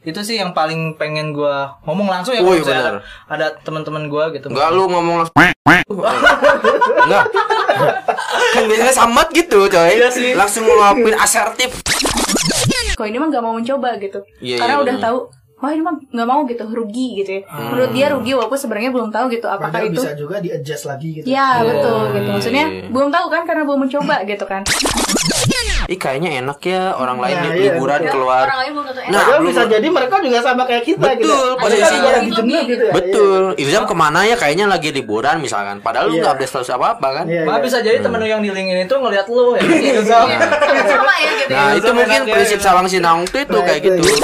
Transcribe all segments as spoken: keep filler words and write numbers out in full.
Itu sih yang paling pengen gue ngomong langsung ya. Wih, ada, ada teman-teman gue gitu. Enggak lu ngomong langsung. Enggak. Kan biasanya sambat gitu coy. Iya sih. Langsung ngeluapin asertif. Kok ini mah gak mau mencoba gitu. Iya, Karena iya, udah bener. tahu, wah ini mah gak mau gitu, rugi gitu ya. hmm. Menurut dia rugi walaupun sebenarnya belum tahu gitu apakah Padahal itu bisa juga di-adjust lagi gitu. ya Oh, betul gitu. iya. Maksudnya belum tahu kan karena belum mencoba gitu kan. Ih kayaknya enak ya orang lain Nah, li- iya, liburan betul. keluar. Orang lain belum tentu enak. Nah, Padahal belum- bisa jadi mereka juga sama kayak kita Betul, gitu. posisinya. Ada lagi jenuh gitu ya. Betul. Ilham kemana ya kayaknya lagi liburan misalkan. Padahal lu Iya. nggak update status apa-apa kan. Iya, Malah iya. bisa jadi temen lu yang di link ini tuh ngeliat lu ya. Gitu, Sam. Sama ya gitu. Nah, ya. itu mungkin prinsip Sawang Sinawang itu itu Nah, kayak itu, gitu.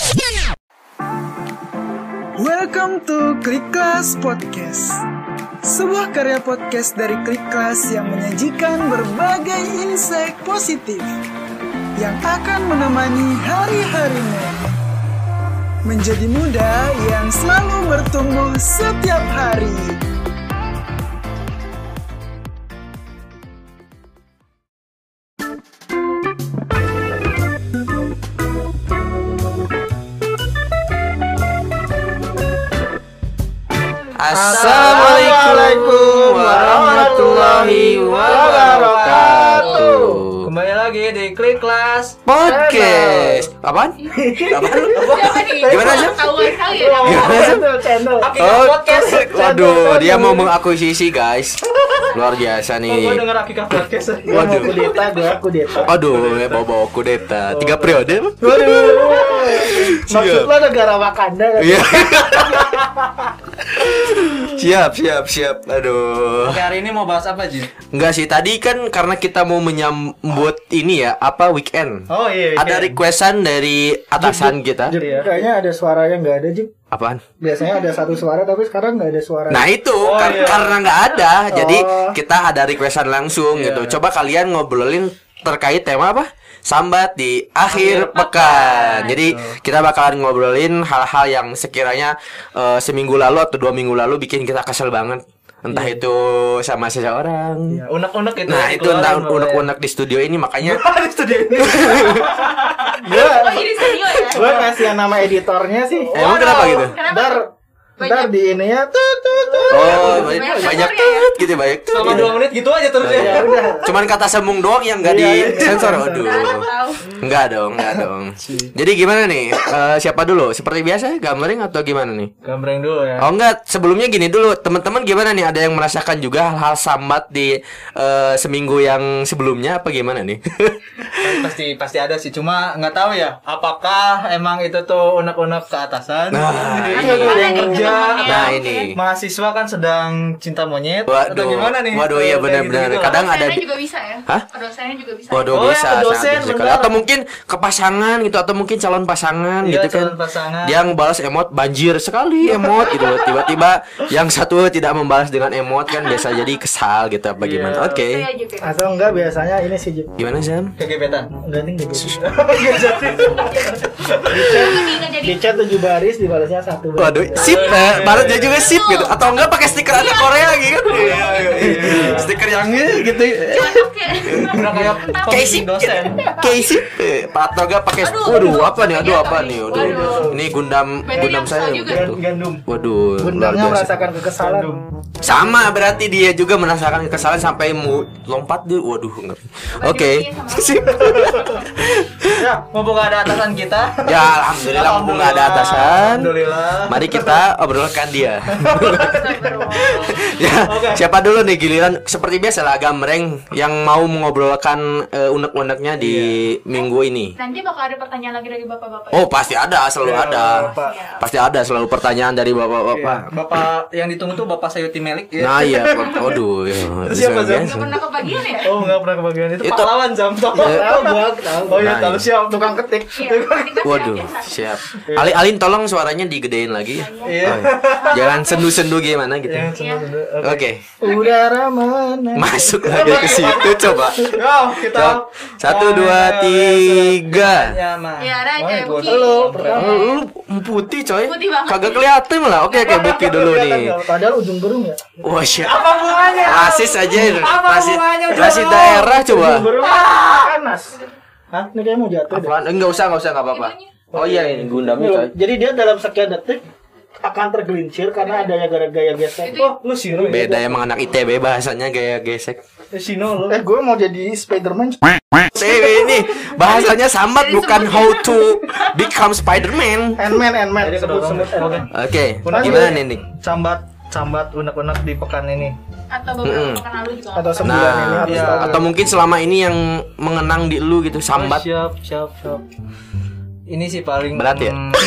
Welcome to Klik Kelas Podcast. Sebuah karya podcast dari Klik Kelas yang menyajikan berbagai insight positif yang akan menemani hari-harimu menjadi muda yang selalu bertumbuh setiap hari. Assalamualaikum warahmatullahi wabarakatuh. Kembali lagi di Klik Kelas Podcast. Apaan? Apaan? Siapa nih? Gimana, Sam? Tahuan kali ya. Gimana sih? Channel, channel. Oke, Oh, podcast. waduh, dia mau mengakuisisi guys. Luar biasa Gue nih. denger Akikah podcast. Gua mau Waduh. kudeta, gua kudeta. Aduh, ya bawa-bawa kudeta. Tiga periode. Waduh. Maksud lo negara Wakanda kan? Iya. Siap, siap, siap. Aduh. Oke, hari ini mau bahas apa, Jin? Enggak sih, tadi kan karena kita mau menyambut ini ya, apa weekend. Oh iya. Ada requestan dari atasan kita. Jip, Iya. kayaknya ada suara yang nggak ada, Jip. Apaan? Biasanya ada satu suara tapi sekarang nggak ada suara. Nah itu Oh, kar- iya. karena nggak ada, jadi Oh. kita ada requestan langsung Iya. gitu. Coba kalian ngobrolin terkait tema apa? Sambat di akhir pekan. Jadi kita bakalan ngobrolin hal-hal yang sekiranya eh, seminggu lalu atau dua minggu lalu bikin kita kesel banget. Entah itu sama seseorang. Ya, unek-unek itu. Nah itu entah dikeluarin boleh. unek-unek di studio ini makanya. Di studio ini. Gua, Oh jadi studio ya. gua kasih nama editornya sih. Emang kenapa gitu? Ntar, ntar di ininya tuh tuh tuh. Oh banyak, Banyak banyak sensornya tut gitu banyak tut Selama gitu. dua menit gitu aja terus Ya ya. udah. Cuman kata sembung doang yang nggak Iya, di iya. sensor. Aduh. Tahu. Enggak dong, enggak dong. Jadi gimana nih? Eh, siapa dulu? Seperti biasa gambling atau gimana nih? Gambreng dulu ya. Oh enggak, sebelumnya gini dulu. Teman-teman gimana nih? Ada yang merasakan juga hal-hal sambat di eh, seminggu yang sebelumnya apa gimana nih? Pasti pasti ada sih. Cuma nggak tahu ya. Apakah emang itu tuh unek-unek ke atasan? Nah, Jadi, ini. ada yang kerja. Nah, atau ini. mahasiswa kan sedang cinta monyet. Atau Waduh. gimana nih? Waduh, iya Kayak benar-benar. gitu-gitu lah. Kadang ada Dosennya juga bisa ya. Hah? Dosennya juga bisa. Waduh Oh, bisa, ya, ke dosen, sangat bisa sekali. benar. Atau mungkin ke pasangan gitu, atau mungkin calon pasangan Iya, gitu kan. calon pasangan. Dia ngebalas emot banjir sekali emot gitu. Tiba-tiba yang satu tidak membalas dengan emot kan biasa jadi kesal gitu apa Iya. gimana. Oke. Saya juga. Atau enggak biasanya ini sih, Jip. Gimana Zam? Kegebetan. Enggak nih enggak jadi. Nggak jadi. Di chat tujuh baris dibalasnya satu baris. Waduh, sip ya. Balasnya juga sip gitu. Atau enggak pakai stiker anak Korea lagi kan? Stiker yang gitu. Oke. Udah kayak Kayak sip. pembimbing dosen. Kayak sip. Atau enggak pakai waduh apa nih? Aduh apa nih? Waduh. Waduh. Ini Gundam Berarti Gundam yang saya kesal juga. gitu. Gandum. Waduh, luar Bundanya biasa. merasakan kekesalan. Sama berarti dia juga merasakan kesalahan sampai mau lompat dia. Waduh, ngeri. Oke. Sip. Ya, mumpung nggak ada atasan kita. Ya, alhamdulillah mumpung nggak ada atasan. Alhamdulillah. Mari kita obrolkan dia. Ya, Oke. siapa dulu nih giliran seperti biasa lah gambreng yang mau mengobrolkan eh, unek-uneknya di minggu ini. Nanti bakal ada pertanyaan lagi dari bapak-bapak. Oh, pasti ada, selalu Ya, ada. Bapak. Pasti ada selalu pertanyaan dari bapak-bapak. Iya. Bapak yang ditunggu tuh Bapak Sayuti Melik ya. Nah, iya, waduh, ya. Siapa, Zam? Nggak pernah kebagian ya? Oh, enggak pernah kebagian itu. Itu- Pahlawan Jam. Tahu gua, tahu. Oh iya, Nah, tahu iya. siap. Tukang ketik. Iya. nanti kan Waduh, biasa. siap. Ali Alin tolong suaranya digedein lagi. Iya. Oh, iya. Jangan sendu-sendu gimana gitu. Yang Iya. sendu-sendu. Oke. Udara mana? Masuk lagi ke situ coba. Yo, kita Satu, dua, tiga. Ya, Mas. Ya, Raja, Oh, gua- Buki. Halo, pertama. Oh, lu putih coy. Putih banget. Kagak kelihatan malah. Oke, oke Buki dulu nih. Padahal ujung burung ya. Wah, shit. Apa hubungannya? Rasis aja. Apa Rasis, hubungannya, rasis Jono? daerah coba. Ujung burung panas. Hah? Ini kayak mau jatuh deh. Apaan? Enggak usah, enggak usah, enggak apa-apa. Ibunya. Oh iya ini Gundamnya coy. Jadi dia dalam sekian detik akan tergelincir karena adanya gaya gesek. Oh, lu Shino ya? Beda emang anak I T B bahasanya gaya gesek. Eh, Shino lu. Eh, gue mau jadi Spiderman. Dewi ini bahasanya sambat bukan how to become Spider-Man. Ant-Man, Ant-Man. Jadi Sebut kedua sebut Oke. Ant-Man. Oke, Udah, gimana nih Nick? Sambat sambat unek-unek di pekan ini. Atau beberapa pekan lalu juga. Atau sebulan ini Nah, harus iya. tahu. atau mungkin selama ini yang mengenang di lu gitu sambat. Oh, siap, siap, siap. Ini sih paling Berat ya? hmm,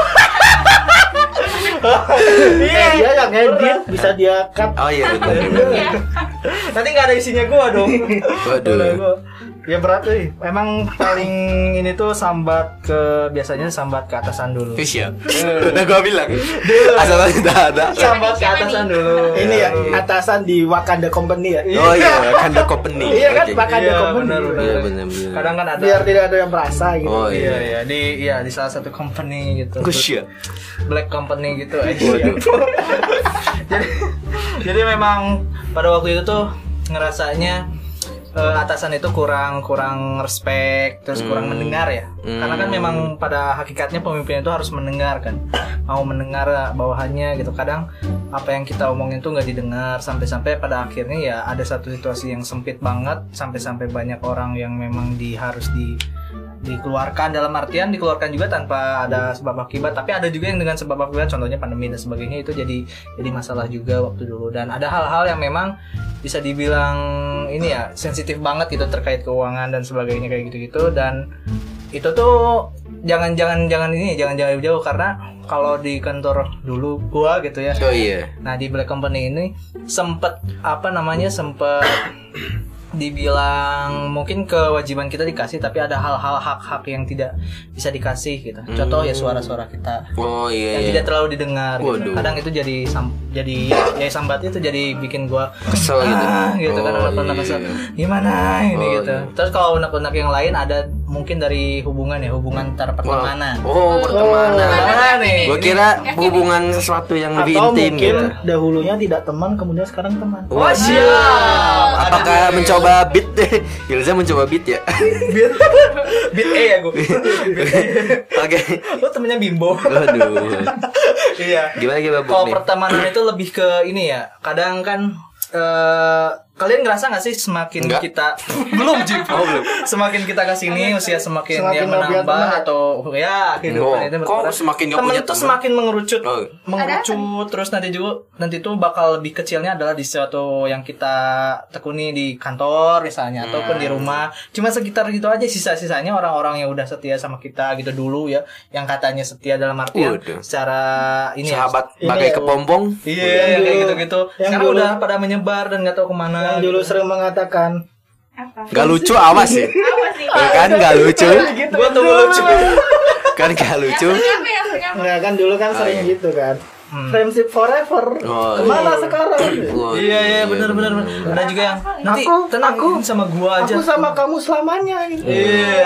Eh, dia yang edit bisa dia cut. Oh iya benar. nanti nggak ada isinya gua dong. Waduh. Udah gua. Ya berat tuh. Emang paling ini tuh sambat ke biasanya sambat ke atasan dulu. Fish ya. Udah gua bilang. Asalnya tidak ada. Sambat ke atasan dulu. Ini ya atasan di Wakanda Company ya. Oh iya, Wakanda Company. Iya kan, Oke. Wakanda Iya, Company. benar, benar. Iya benar benar. Kadang kan ada. Biar tidak ada yang merasa gitu. Oh Iya, iya. iya, di iya di salah satu company gitu. Gus ya. Black company gitu aja. Waduh. jadi jadi memang pada waktu itu tuh ngerasanya eh, atasan itu kurang kurang respect terus kurang Hmm. mendengar ya. Hmm. Karena kan memang pada hakikatnya pemimpin itu harus mendengar kan. Mau mendengar bawahannya gitu. Kadang apa yang kita omongin tuh nggak didengar sampai-sampai pada akhirnya ya ada satu situasi yang sempit banget sampai-sampai banyak orang yang memang di harus di dikeluarkan dalam artian dikeluarkan juga tanpa ada sebab akibat, tapi ada juga yang dengan sebab akibat, contohnya pandemi dan sebagainya, itu jadi jadi masalah juga waktu dulu. Dan ada hal-hal yang memang bisa dibilang ini ya sensitif banget gitu terkait keuangan dan sebagainya kayak gitu-gitu. Dan itu tuh jangan jangan jangan ini jangan jauh-jauh karena kalau di kantor dulu gua gitu ya. Oh iya. Nah di Black Company ini sempet apa namanya sempet dibilang mungkin kewajiban kita dikasih tapi ada hal-hal hak-hak yang tidak bisa dikasih gitu. Contoh ya suara-suara kita Oh iya. yang iya. tidak terlalu didengar gitu. Waduh. Kadang itu jadi sam- jadi ya sambatnya itu jadi bikin gua Kesel gitu. ah, gitu kan Oh, unek-unek iya. kesel. Gimana ini Oh, gitu. iya. Terus kalau unek-unek yang lain ada mungkin dari hubungan ya, hubungan antar pertemanan. Oh, pertemanan. Nah, nih. Gua kira hubungan sesuatu yang lebih Atau intim mungkin gitu. dahulunya tidak teman kemudian sekarang teman. Oh, siap. Apakah mencoba beat deh? Ilza mencoba beat ya? Beat Beat E ya gua. Oke. Lu temennya Bimbo. Waduh. Iya. Gimana gimana Bu Kalau nih? pertemanan itu lebih ke ini ya. Kadang kan eh kalian ngerasa gak sih semakin Enggak. kita belum Jim. Oh, belum. Semakin kita kesini usia semakin, Semakin ya lebih menambah tenang. atau ya kehidupan Oh, itu kok berperan. semakin gak Temen punya tuh teman? semakin mengerucut, Oh. mengerucut terus nanti juga nanti tuh bakal lebih kecilnya adalah di suatu yang kita tekuni di kantor misalnya ataupun di rumah. Cuma sekitar gitu aja sisa-sisanya orang-orang yang udah setia sama kita gitu dulu ya, yang katanya setia dalam artian Waduh. secara ini ya, Sahabat Ini bagai ya, kepompong. iya, Yang yang kayak dulu- gitu-gitu. yang Sekarang dulu- udah pada menyebar dan nggak tahu kemana. Yang dulu sering mengatakan Apa? Gak lucu awas sih. Apa sih? Tuh kan gak lucu. Gua tuh lucu. Kan gak lucu. Apa yang apa? enggak kan dulu kan Oh, sering iya. gitu kan. Hmm. Friendship forever. Oh, Kemana iya. sekarang? Wah, Iya iya benar benar. benar. Ada juga yang nanti Aku- tenang aku- sama gua aja. Aku sama kamu selamanya. Gitu. Iya.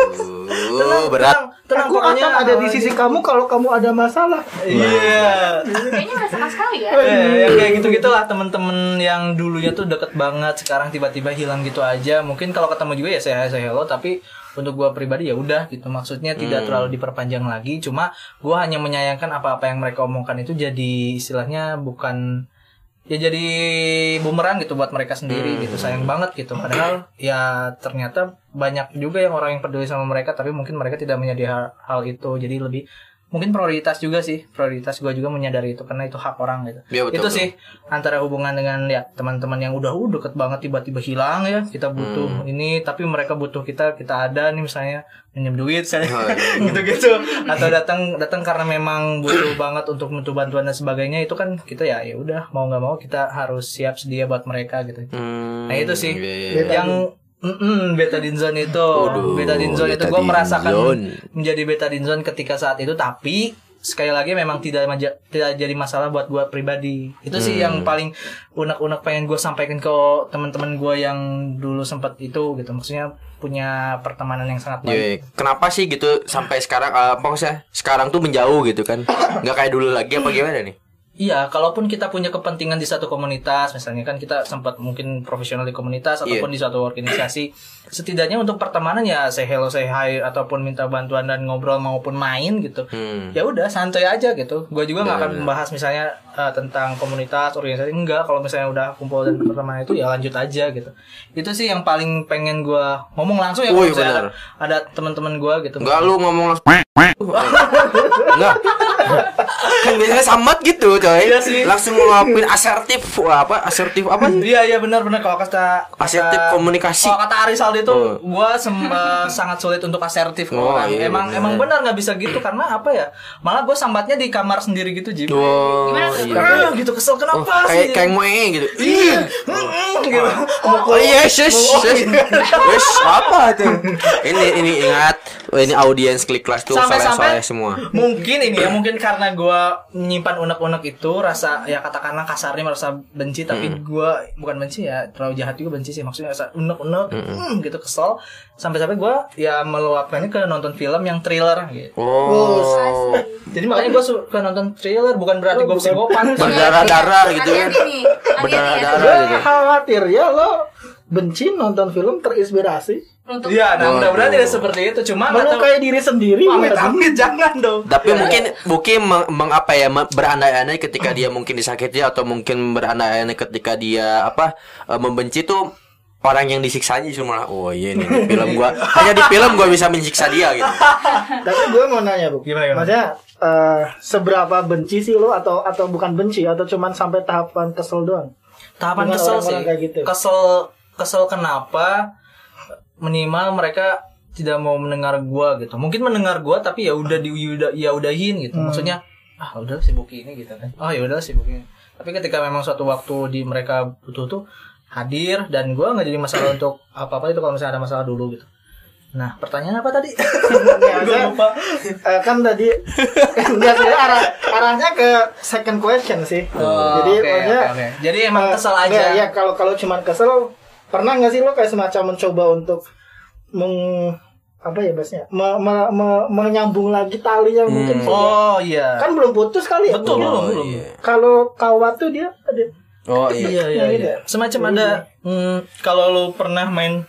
Oh, berat. Tenang, tenang Aku pokoknya akan ada di sisi kamu kalau kamu ada masalah. Iya. Kayaknya merasakan sekali ya. Eh, yang kayak gitu-gitulah temen-temen yang dulunya tuh deket banget sekarang tiba-tiba hilang gitu aja. Mungkin kalau ketemu juga ya saya saya hello tapi untuk gua pribadi ya udah gitu. Maksudnya tidak terlalu diperpanjang lagi. Cuma gua hanya menyayangkan apa-apa yang mereka omongkan itu jadi istilahnya bukan ya jadi bumerang gitu buat mereka sendiri gitu. Sayang banget gitu. Padahal ya ternyata banyak juga yang orang yang peduli sama mereka tapi mungkin mereka tidak menyadari hal, hal itu. Jadi lebih mungkin prioritas juga sih, prioritas gue juga menyadari itu karena itu hak orang gitu. Ya, betul, itu betul. sih antara hubungan dengan ya teman-teman yang udah uh, deket banget tiba-tiba hilang ya, kita butuh Hmm. ini tapi mereka butuh kita, kita ada nih misalnya pinjam duit saya Oh, iya. gitu-gitu atau datang datang karena memang butuh banget untuk butuh bantuan dan sebagainya, itu kan kita ya ya udah mau nggak mau kita harus siap sedia buat mereka gitu. Hmm, Nah itu sih iya, iya. yang mm betadine zone itu, Waduh, betadine zone itu gue betadine merasakan zone. menjadi betadine zone ketika saat itu, tapi sekali lagi memang tidak maja- tidak jadi masalah buat gue pribadi. Itu sih Hmm. yang paling unek-unek pengen gue sampaikan ke teman-teman gue yang dulu sempat itu gitu, maksudnya punya pertemanan yang sangat baik. Iya, kenapa sih gitu sampai sekarang uh, maksudnya sekarang tuh menjauh gitu kan? Nggak kayak dulu lagi apa gimana nih? Iya, kalaupun kita punya kepentingan di satu komunitas, misalnya kan kita sempat mungkin profesional di komunitas ataupun Yeah. di suatu organisasi, setidaknya untuk pertemanan ya say hello, say hi ataupun minta bantuan dan ngobrol maupun main gitu. Hmm. Ya udah santai aja gitu. Gue juga nggak akan Benar. membahas misalnya uh, tentang komunitas, organisasi, enggak. Kalau misalnya udah kumpul dan pertemanan itu ya lanjut aja gitu. Itu sih yang paling pengen gue ngomong langsung ya. Kalau Wih, misalnya benar. ada, ada teman-teman gue gitu. Enggak lu ngomong langsung. Enggak. Kan biasanya sambat gitu, coy. Iya sih. Langsung ngeluapin asertif. Wah, apa? Asertif apa? Iya iya benar-benar kalau kata, kata Asertif komunikasi. Kalau kata Arisal itu Oh. gua sem- eh, sangat sulit untuk asertif ke Oh, orang. iya, emang benar. emang benar nggak bisa gitu karena apa ya? Malah gue sambatnya di kamar sendiri gitu, Jim. Oh, Gimana tuh? iya. Ah, gitu kesel Oh, kenapa kayak sih? kayak ngoe gitu. Ih. gitu. Oh, yes, yes, yes. Yes, apa tuh? Ini ini ingat, oh, ini audiens klik kelas tuh Sampai-sampai soleh-soleh semua. mungkin ini ya mungkin karena gue menyimpan unek-unek itu rasa ya katakanlah kasarnya merasa benci tapi gue bukan benci ya terlalu jahat juga benci sih maksudnya rasa unek-unek hmm, gitu kesel sampai-sampai gue ya meluapkannya ke nonton film yang thriller gitu. Oh. Jadi makanya gue suka nonton thriller bukan berarti gue psikopat. Berdarah-darah gitu kan. Hati-hati nih. Hati-hati ya. Berdarah-darah gitu. Khawatir ya lo benci nonton film terinspirasi Untuk Iya, nah Waduh. mudah-mudahan tidak seperti itu. Cuma nggak tahu. melukai diri sendiri. Amit-amit jangan dong. Tapi mungkin mungkin meng, meng- apa ya me- berandai-andai ketika dia mungkin disakiti atau mungkin berandai-andai ketika dia apa eh, membenci tuh orang yang disiksanya cuma oh iya nih di film gua hanya di film gua bisa menyiksa dia gitu. Tapi gue mau nanya bu, Gimana, gimana? maksudnya eh, seberapa benci sih lo atau atau bukan benci atau cuman sampai tahapan kesel doang? Tahapan Dengan kesel sih. orang-orang kayak gitu. Kesel kesel kenapa minimal mereka tidak mau mendengar gua gitu. Mungkin mendengar gua tapi ya udah di udah ya udahin gitu. Hmm. Maksudnya ah udah sibuk ini gitu kan. Oh ya udah sibuk ini. Tapi ketika memang suatu waktu di mereka butuh tuh hadir dan gua nggak jadi masalah untuk apa-apa itu kalau misalnya ada masalah dulu gitu. Nah, pertanyaan apa tadi? Ya, saya, eh, kan tadi enggak sih arah arahnya ke second question sih. Oh, Jadi oke, maksudnya oke, oke. Jadi emang eh, kesel enggak, aja. Ya kalau kalau cuman kesel pernah nggak sih lo kayak semacam mencoba untuk meng apa ya bahasnya me, me, me- menyambung lagi tali yang mungkin sudah- Oh iya. kan belum putus kali ya. Betul, Mungkin. belum, belum. iya. Kalau kawat tuh dia ada Oh Iya iya Yang iya. ini. Semacam ada hmm, kalau lu pernah main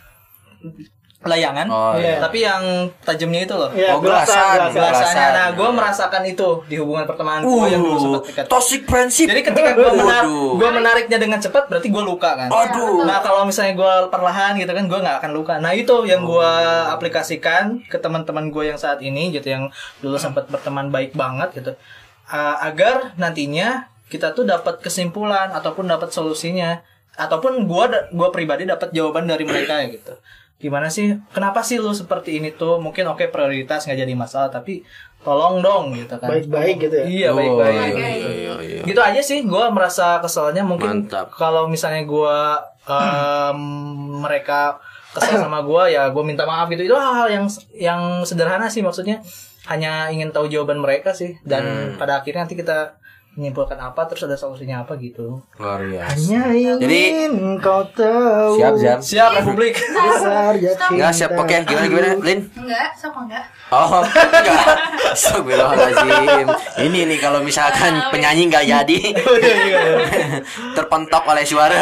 layangan, Oh, iya. tapi yang tajamnya itu loh. ya, Oh, gelasan, gelasan, Gelasannya. gelasan. Nah, gue merasakan itu di hubungan pertemanan gue yang dulu sempat dekat. toxic friendship. Jadi ketika gue menarik, Waduh. gue menariknya dengan cepat, berarti gue luka kan. Aduh. Nah kalau misalnya gue perlahan gitu kan, gue nggak akan luka. Nah itu yang gue aplikasikan ke teman-teman gue yang saat ini gitu, yang dulu sempat berteman baik banget gitu, Uh, agar nantinya kita tuh dapat kesimpulan ataupun dapat solusinya, ataupun gue gue pribadi dapat jawaban dari mereka ya gitu. Gimana sih? Kenapa sih lu seperti ini tuh? Mungkin oke prioritas nggak jadi masalah, tapi tolong dong gitu kan. baik-baik gitu ya. Iya Oh, baik-baik. iya, iya, iya. Gitu aja sih gue merasa keselnya. Mungkin Mantap. kalau misalnya gue em, mereka kesel sama gue ya gue minta maaf gitu. Itu hal-hal yang yang sederhana sih, maksudnya hanya ingin tahu jawaban mereka sih, dan Hmm. pada akhirnya nanti kita menyimpulkan apa terus ada solusinya apa gitu. Luar biasa. Hanya ingin Jadi- kau tahu Siap, Jam. Siap Republik. besar Stop. Enggak siap. Oke, gimana gimana, Lin? enggak, sok enggak. Oh, enggak. Astagfirullahaladzim. Ini nih kalau misalkan penyanyi nggak jadi terpentok oleh suara.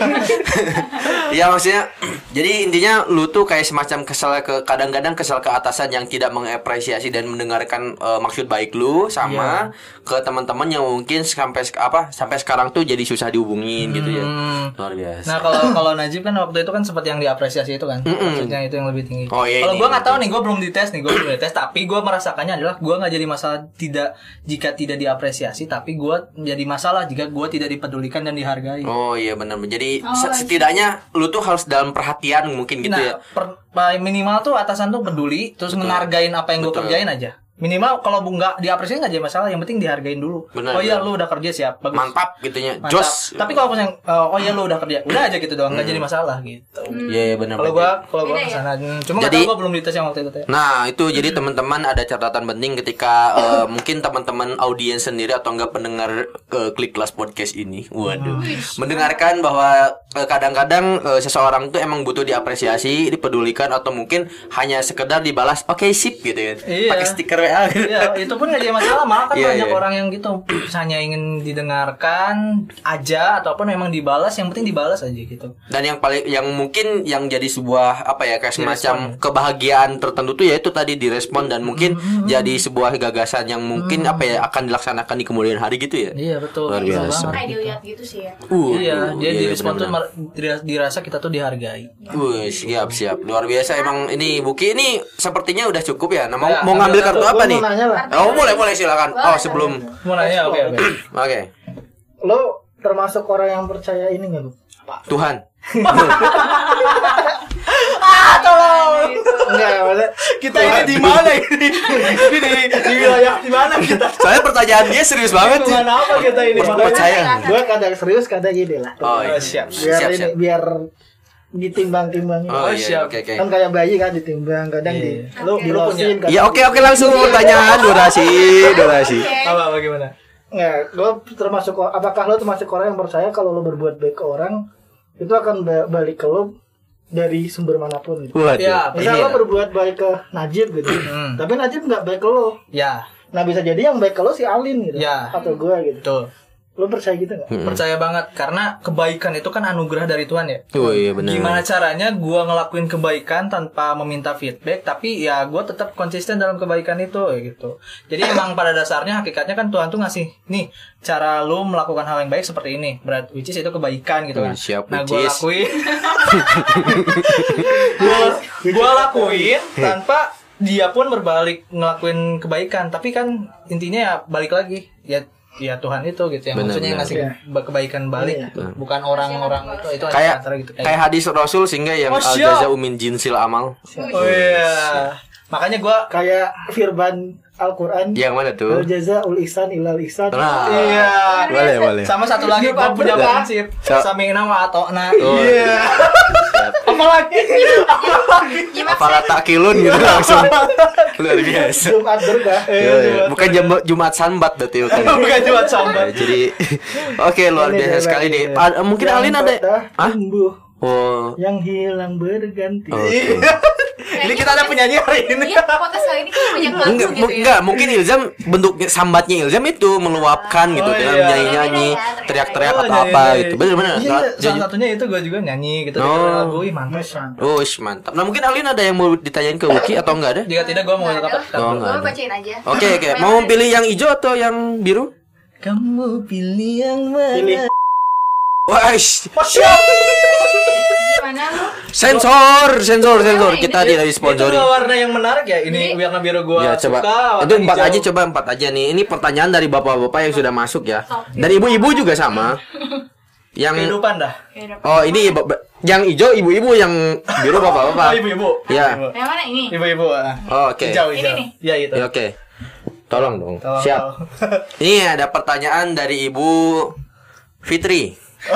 Ya maksudnya, jadi intinya lu tuh kayak semacam kesel ke kadang-kadang kesel ke atasan yang tidak mengapresiasi dan mendengarkan eh, maksud baik lu sama ke teman-teman yang mungkin sampai sek- apa sampai sekarang tuh jadi susah dihubungin gitu ya. Luar biasa. Nah kalau kalau Najib kan waktu itu kan sempat yang diapresiasi itu kan, maksudnya itu yang lebih tinggi. Oh, iya, Kalau ini, gue nggak ini. tahu nih, gue belum dites nih, gue belum dites, tapi gue merasakannya adalah gue nggak jadi masalah tidak jika tidak diapresiasi, tapi gue menjadi masalah jika gue tidak dipedulikan dan dihargai. Oh iya benar. Jadi Oh, se- setidaknya lu tuh harus dalam perhatian mungkin gitu ya. Nah, per- pa- minimal tuh atasan tuh peduli, terus ngehargain apa yang gue Betul. kerjain aja. Minimal kalau bu nggak diapresiasi nggak jadi masalah, yang penting dihargain dulu. Benar, oh iya benar. lu udah kerja siap, bagus. Mantap gitunya. Mantap. Jos. Tapi kalau misalnya uh, oh iya lu udah kerja, udah aja gitu doang, nggak jadi masalah gitu. Iya, iya benar. Kalau benar. gua kalau gua Beda ya? kesana, Hmm, cuma nggak Jadi- tahu gua belum dites yang waktu itu teh. Nah itu jadi teman-teman ada catatan penting ketika eh, mungkin teman-teman audiens sendiri atau enggak pendengar ke Klik Kelas Podcast ini, waduh, mendengarkan bahwa eh, kadang-kadang eh, seseorang tuh emang butuh diapresiasi, dipedulikan atau mungkin hanya sekedar dibalas oke sip gitu ya, Iya. pakai stiker W A gitu. Ya, itu pun nggak jadi masalah, malah kan Iya, banyak iya. orang yang gitu hanya ingin didengarkan aja ataupun memang dibalas, yang penting dibalas aja gitu. Dan yang paling yang mungkin yang jadi sebuah apa ya kayak semacam Direspon. kebahagiaan tertentu tuh yaitu tadi direspon dan mungkin jadi sebuah gagasan yang mungkin apa ya akan dilaksanakan di kemudian hari gitu ya. Iya betul. Luar betul biasa. banget. Kayak dilihat gitu sih ya. Uh, Iya, dia iya, direspon tuh benar-benar. mar- dira- dirasa kita tuh dihargai. Wih, siap siap. Luar biasa emang ini Buki ini sepertinya udah cukup ya. Nah, mau, Ya, mau ngambil kartu Gua apa mau nih? nanya lah. Oh, boleh boleh silakan. Oh, sebelum Mau nanya, oke oke. Oke. Lo termasuk orang yang percaya ini nggak, Bu? Tuhan. Ah, tolong. Enggak, maksudnya Kita ini di mana ini? Ini di, di wilayah di mana kita? Soalnya pertanyaan dia serius banget sih. Lingkungan apa kita ini? Per- Makanya- percaya. gue kadang serius kadang gini lah. Oh, iya. siap. Biar Siap, ini siap. biar ditimbang-timbang. Oh, Oh, iya, siap. oke oke. Kan kayak bayi kan ditimbang, kadang Iya. di lo Oke. dilosin kadang. Ya oke oke langsung pertanyaan durasi durasi. Apa bagaimana? Nggak, lo termasuk apakah lo termasuk orang yang percaya kalau lo berbuat baik ke orang itu akan ba- balik ke lo dari sumber manapun gitu. Waduh. Ya, Misal ini lo berbuat baik ke Najib gitu, Hmm. tapi Najib nggak baik ke lo. Ya, Nah bisa jadi yang baik ke lo si Alin gitu, Ya. atau gue gitu. betul. Lo percaya gitu nggak? Mm-mm. Percaya banget karena kebaikan itu kan anugerah dari Tuhan ya. Oh iya benar. Gimana caranya gua ngelakuin kebaikan tanpa meminta feedback, tapi ya gua tetap konsisten dalam kebaikan itu ya gitu. Jadi emang pada dasarnya hakikatnya kan Tuhan tuh ngasih nih cara lu melakukan hal yang baik seperti ini, berat which is itu kebaikan gitu Oh, kan. siap, Nah which gua is. lakuin, gua, gua lakuin tanpa dia pun berbalik ngelakuin kebaikan, tapi kan intinya ya balik lagi ya. Ya Tuhan itu gitu yang Benar, maksudnya benar. ngasih ba- kebaikan balik Iya. gitu. Bukan orang-orang itu itu Kayak antara gitu kayak hadis Rasul sehingga yang Oh, al siap. jazau min jinsil amal. Oh iya. Makanya gua Kayak firman Al-Quran, Yang mana tuh? al jaza ul ihsan ilal ihsan. Nah. iya. Boleh boleh. Sama satu lagi gua punya prinsip So- samina wa atona. Oh, Iya. Apalagi? Apalagi? Apalah takilun gitu langsung. Luar biasa. Jumat berkah. Iya, iya. Bukan Jumat Jumat Sambat berarti bukan. Bukan cuma Ya, sambat. jadi oke luar Ini biasa dia sekali lagi. nih. Ah, mungkin Yang Alin ada. patah Hah? tumbuh, Oh. yang hilang berganti. Oke. Ini kita ada penyanyi hari ini. Iya, podcast kali ini kan banyak lagu Enggak, gitu mu- ya. enggak, mungkin Ilzam bentuknya sambatnya Ilzam itu meluapkan gitu Oh, dengan iya. nyanyi-nyanyi, Ternyata. teriak-teriak Oh, atau iya, apa iya, gitu. iya. Bener-bener. Iya, Nah, salah jadi- satunya itu gua juga nyanyi gitu Oh. dengerin lagu. Ih, mantap. Oh, ish, mantap. Nah, mungkin Alin ada yang mau ditanyain ke Wuki atau enggak ada? Jika tidak gua mau Nggak dapat ada. Oh, nggak Gue ada. bacain aja. Oke, oke. Mau pilih yang hijau atau yang biru? Kamu pilih yang mana? Pilih. Wah, ish. Gimana lu? Sensor, sensor, sensor. ini- Kita tidak Itu disponsori. warna yang menarik ya. Ini warna biru gua Ya coba. suka. warna Itu empat hijau. aja, coba empat aja nih. Ini pertanyaan dari bapak-bapak yang sudah masuk ya. Dan ibu-ibu juga sama. Yang Kehidupan dah. oh ini ba- ba- yang hijau ibu-ibu, yang biru Oh, bapak-bapak. ibu-ibu. Ya. Ibu. Yang mana ini? Ibu-ibu. ah. Oh, Oke. Hijau, Ini hijau. nih. Ya itu. Ya, oke. Tolong dong. Tolong, Siap. tolong. Ini ada pertanyaan dari Ibu Fitri.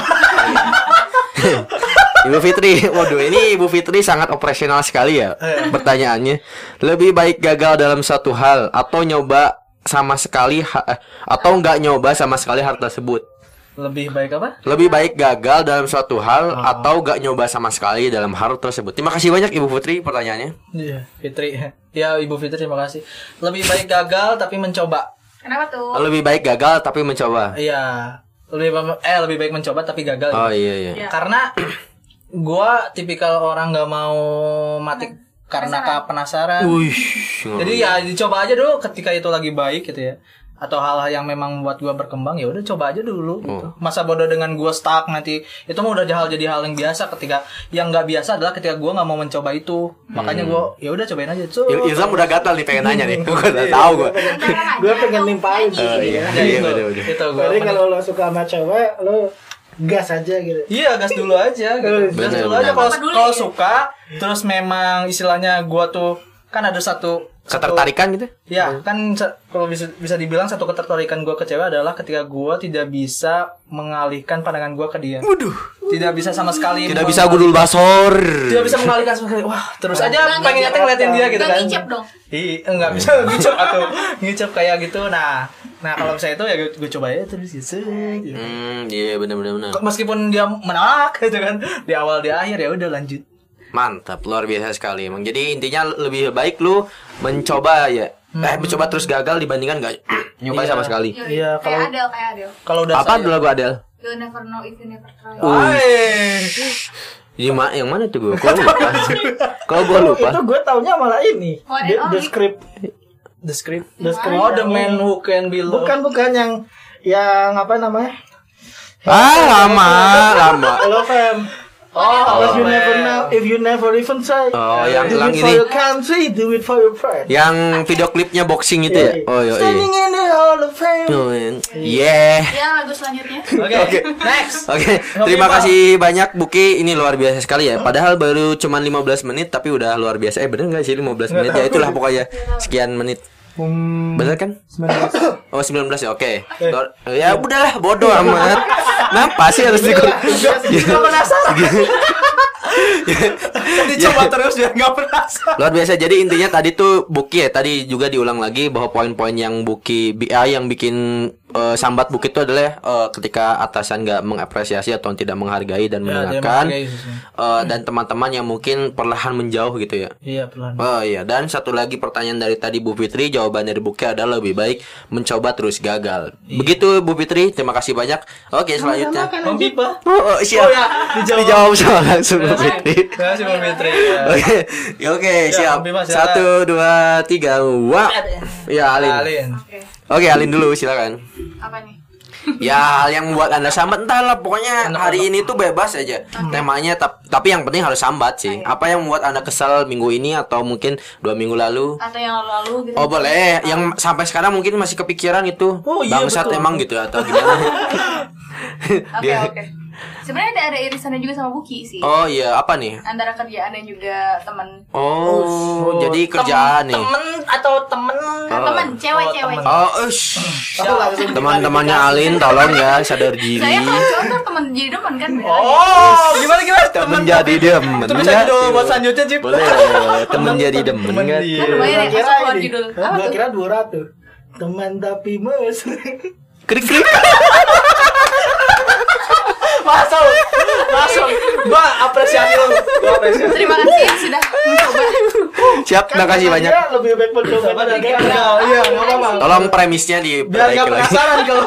Ibu Fitri, waduh ini Ibu Fitri sangat operasional sekali ya pertanyaannya. Lebih baik gagal dalam satu hal atau nyoba sama sekali ha- eh, atau nggak nyoba sama sekali hal tersebut. Lebih baik apa? Lebih baik gagal dalam suatu hal atau nggak nyoba sama sekali dalam hal tersebut. Terima kasih banyak Ibu Fitri pertanyaannya. Iya, Fitri. Ya, Ibu Fitri terima kasih. Lebih baik gagal tapi mencoba. Kenapa tuh? Lebih baik gagal tapi mencoba. Iya. Lebih ba- eh lebih baik mencoba tapi gagal. Oh iya iya. Ya. Karena gua tipikal orang nggak mau mati karena ka- penasaran. Wih. Jadi ya dicoba aja dulu ketika itu lagi baik gitu ya. Atau hal-hal yang memang membuat gua berkembang ya udah coba aja dulu gitu. Masa bodoh dengan gua stuck nanti itu mah udah hal jadi hal yang biasa. Ketika yang nggak biasa adalah ketika gua nggak mau mencoba itu. Makanya gua ya udah cobain aja. So, Il- Ilzam udah gatal nih pengen nanya nih. Gue udah tahu gue. Gue pengen nimpain sih. Oh, iya. ya, Iya, itu, bener-bener. itu gua. Jadi kalau lo suka sama cewek, lo gas aja gitu. Iya, gas dulu aja gitu. Gas Bener, dulu bener. aja kalau Peduli, kalau ya? suka terus memang istilahnya gua tuh kan ada satu satu- Ketertarikan gitu? Ya, kan se- kalau bisa bisa dibilang satu ketertarikan gua ke cewek adalah ketika gua tidak bisa mengalihkan pandangan gua ke dia. Waduh. Tidak bisa sama sekali. Tidak meng- bisa gudul basor. Tidak bisa mengalihkan sama sekali. Wah, terus aja Nggak pengen ngicip. ngeliatin dia gitu Nggak kan. ngicip dong. Ih, enggak bisa ngicip atau ngicip kayak gitu. Nah, nah kalau misalnya itu ya gue coba ya terus gitu. Hmm, iya benar-benar benar. Meskipun dia menolak gitu kan di awal di akhir ya udah lanjut. Mantap, luar biasa sekali emang. Jadi intinya lebih baik lu mencoba ya. Hmm. Eh mencoba terus gagal dibandingkan nggak nyoba Iya. sama sekali. Iya, kalau Kayak Adele, kayak Adele. kalau udah Apa saya- dulu lagu Adele? You'll never know if you never try. Wah. Yang, ma- yang mana tuh gue? Kok lupa? Kok gue lupa? Itu gue taunya malah ini. One The, and the only. script. The Script. The script. Oh, The Man Who Can Be Loved. Bukan bukan yang yang apa namanya? Ah lama, lama. Love Him. Oh, If you man. never know, if you never even say. Oh, yang do yang it for ini. your country, do it for your pride. Yang video klipnya boxing itu ya? Oh iya. Standing in the Hall of Fame. Yeah. Ya lagu selanjutnya. Oke, next. Oke, terima Pak. kasih banyak Buki. Ini luar biasa sekali ya. Padahal baru cuma lima belas menit tapi udah luar biasa. Eh bener gak sih lima belas menit? Ya itulah pokoknya sekian menit. Hmm, Bener kan? sembilan belas. Oh sembilan belas ya. Oke. Ya udahlah bodoh amat. Kenapa sih harus ikut? Gak penasaran. Dicoba terus biar nggak penasaran. Luar biasa. Jadi intinya tadi tuh Buki ya, tadi juga diulang lagi bahwa poin-poin yang Buki B I yang bikin uh, sambat Buki itu adalah uh, ketika atasan nggak mengapresiasi atau tidak menghargai dan Ya, dia mendengarkan menghargai sih. uh, dan teman-teman yang mungkin perlahan menjauh gitu ya. Iya, pelan. Oh iya, dan satu lagi pertanyaan dari tadi Bu Fitri, jawaban dari Buki adalah lebih baik mencoba terus gagal. Begitu Bu Fitri, terima kasih banyak. Oke, selanjutnya. Bang Pipa. Oh, oh, siap. Oh, ya, dijawab. Dijawab sama langsung Bu Fitri. Terima kasih Bang Fitri. Ya. Oke, oke, Ya, siap. Bang Bima, silakan. Satu, dua, tiga, wah. Ya, Alin. Alin. Oke. Oke, Alin dulu, silakan. Apa nih? Ya, hal yang membuat Anda sambat entahlah, pokoknya hari ini tuh bebas aja temanya, tap- tapi yang penting harus sambat sih. Apa yang membuat Anda kesal minggu ini atau mungkin dua minggu lalu? Atau yang lalu gitu. Oh boleh, yang sampai sekarang mungkin masih kepikiran itu. Oh, iya, Bangsat betul. emang gitu atau gimana? Oke, oke. Sebenarnya ada ada irisannya juga sama Buki sih. Oh iya, apa nih? Antara kerjaan dan juga teman. Oh, jadi kerjaan nih. Temen atau temen? Teman, cewek-cewek. Oh, ush. Aku langsung Teman-temannya Alin tolong ya sadar diri. Saya kalau cowok kan teman jadi teman kan. beda lagi. Oh, gimana gimana? Temen jadi demen. Itu bisa judul buat selanjutnya, Cip. Boleh, temen jadi demen Temen kan. dia. Kan lumayan ya, kira masuk keluar ini. judul. Apa Gua tuh? kira dua ratus. Teman tapi mesra. Krik-krik. Masuk. Masuk. Gua apresiasi lu. Gua apresiasi. Terima kasih sudah mencoba. Siap, terima kasih banyak. Kira lebih baik mencoba Sabar, dari gagal. gagal. Iya, enggak apa-apa. Tolong premisnya di Biar enggak penasaran kalau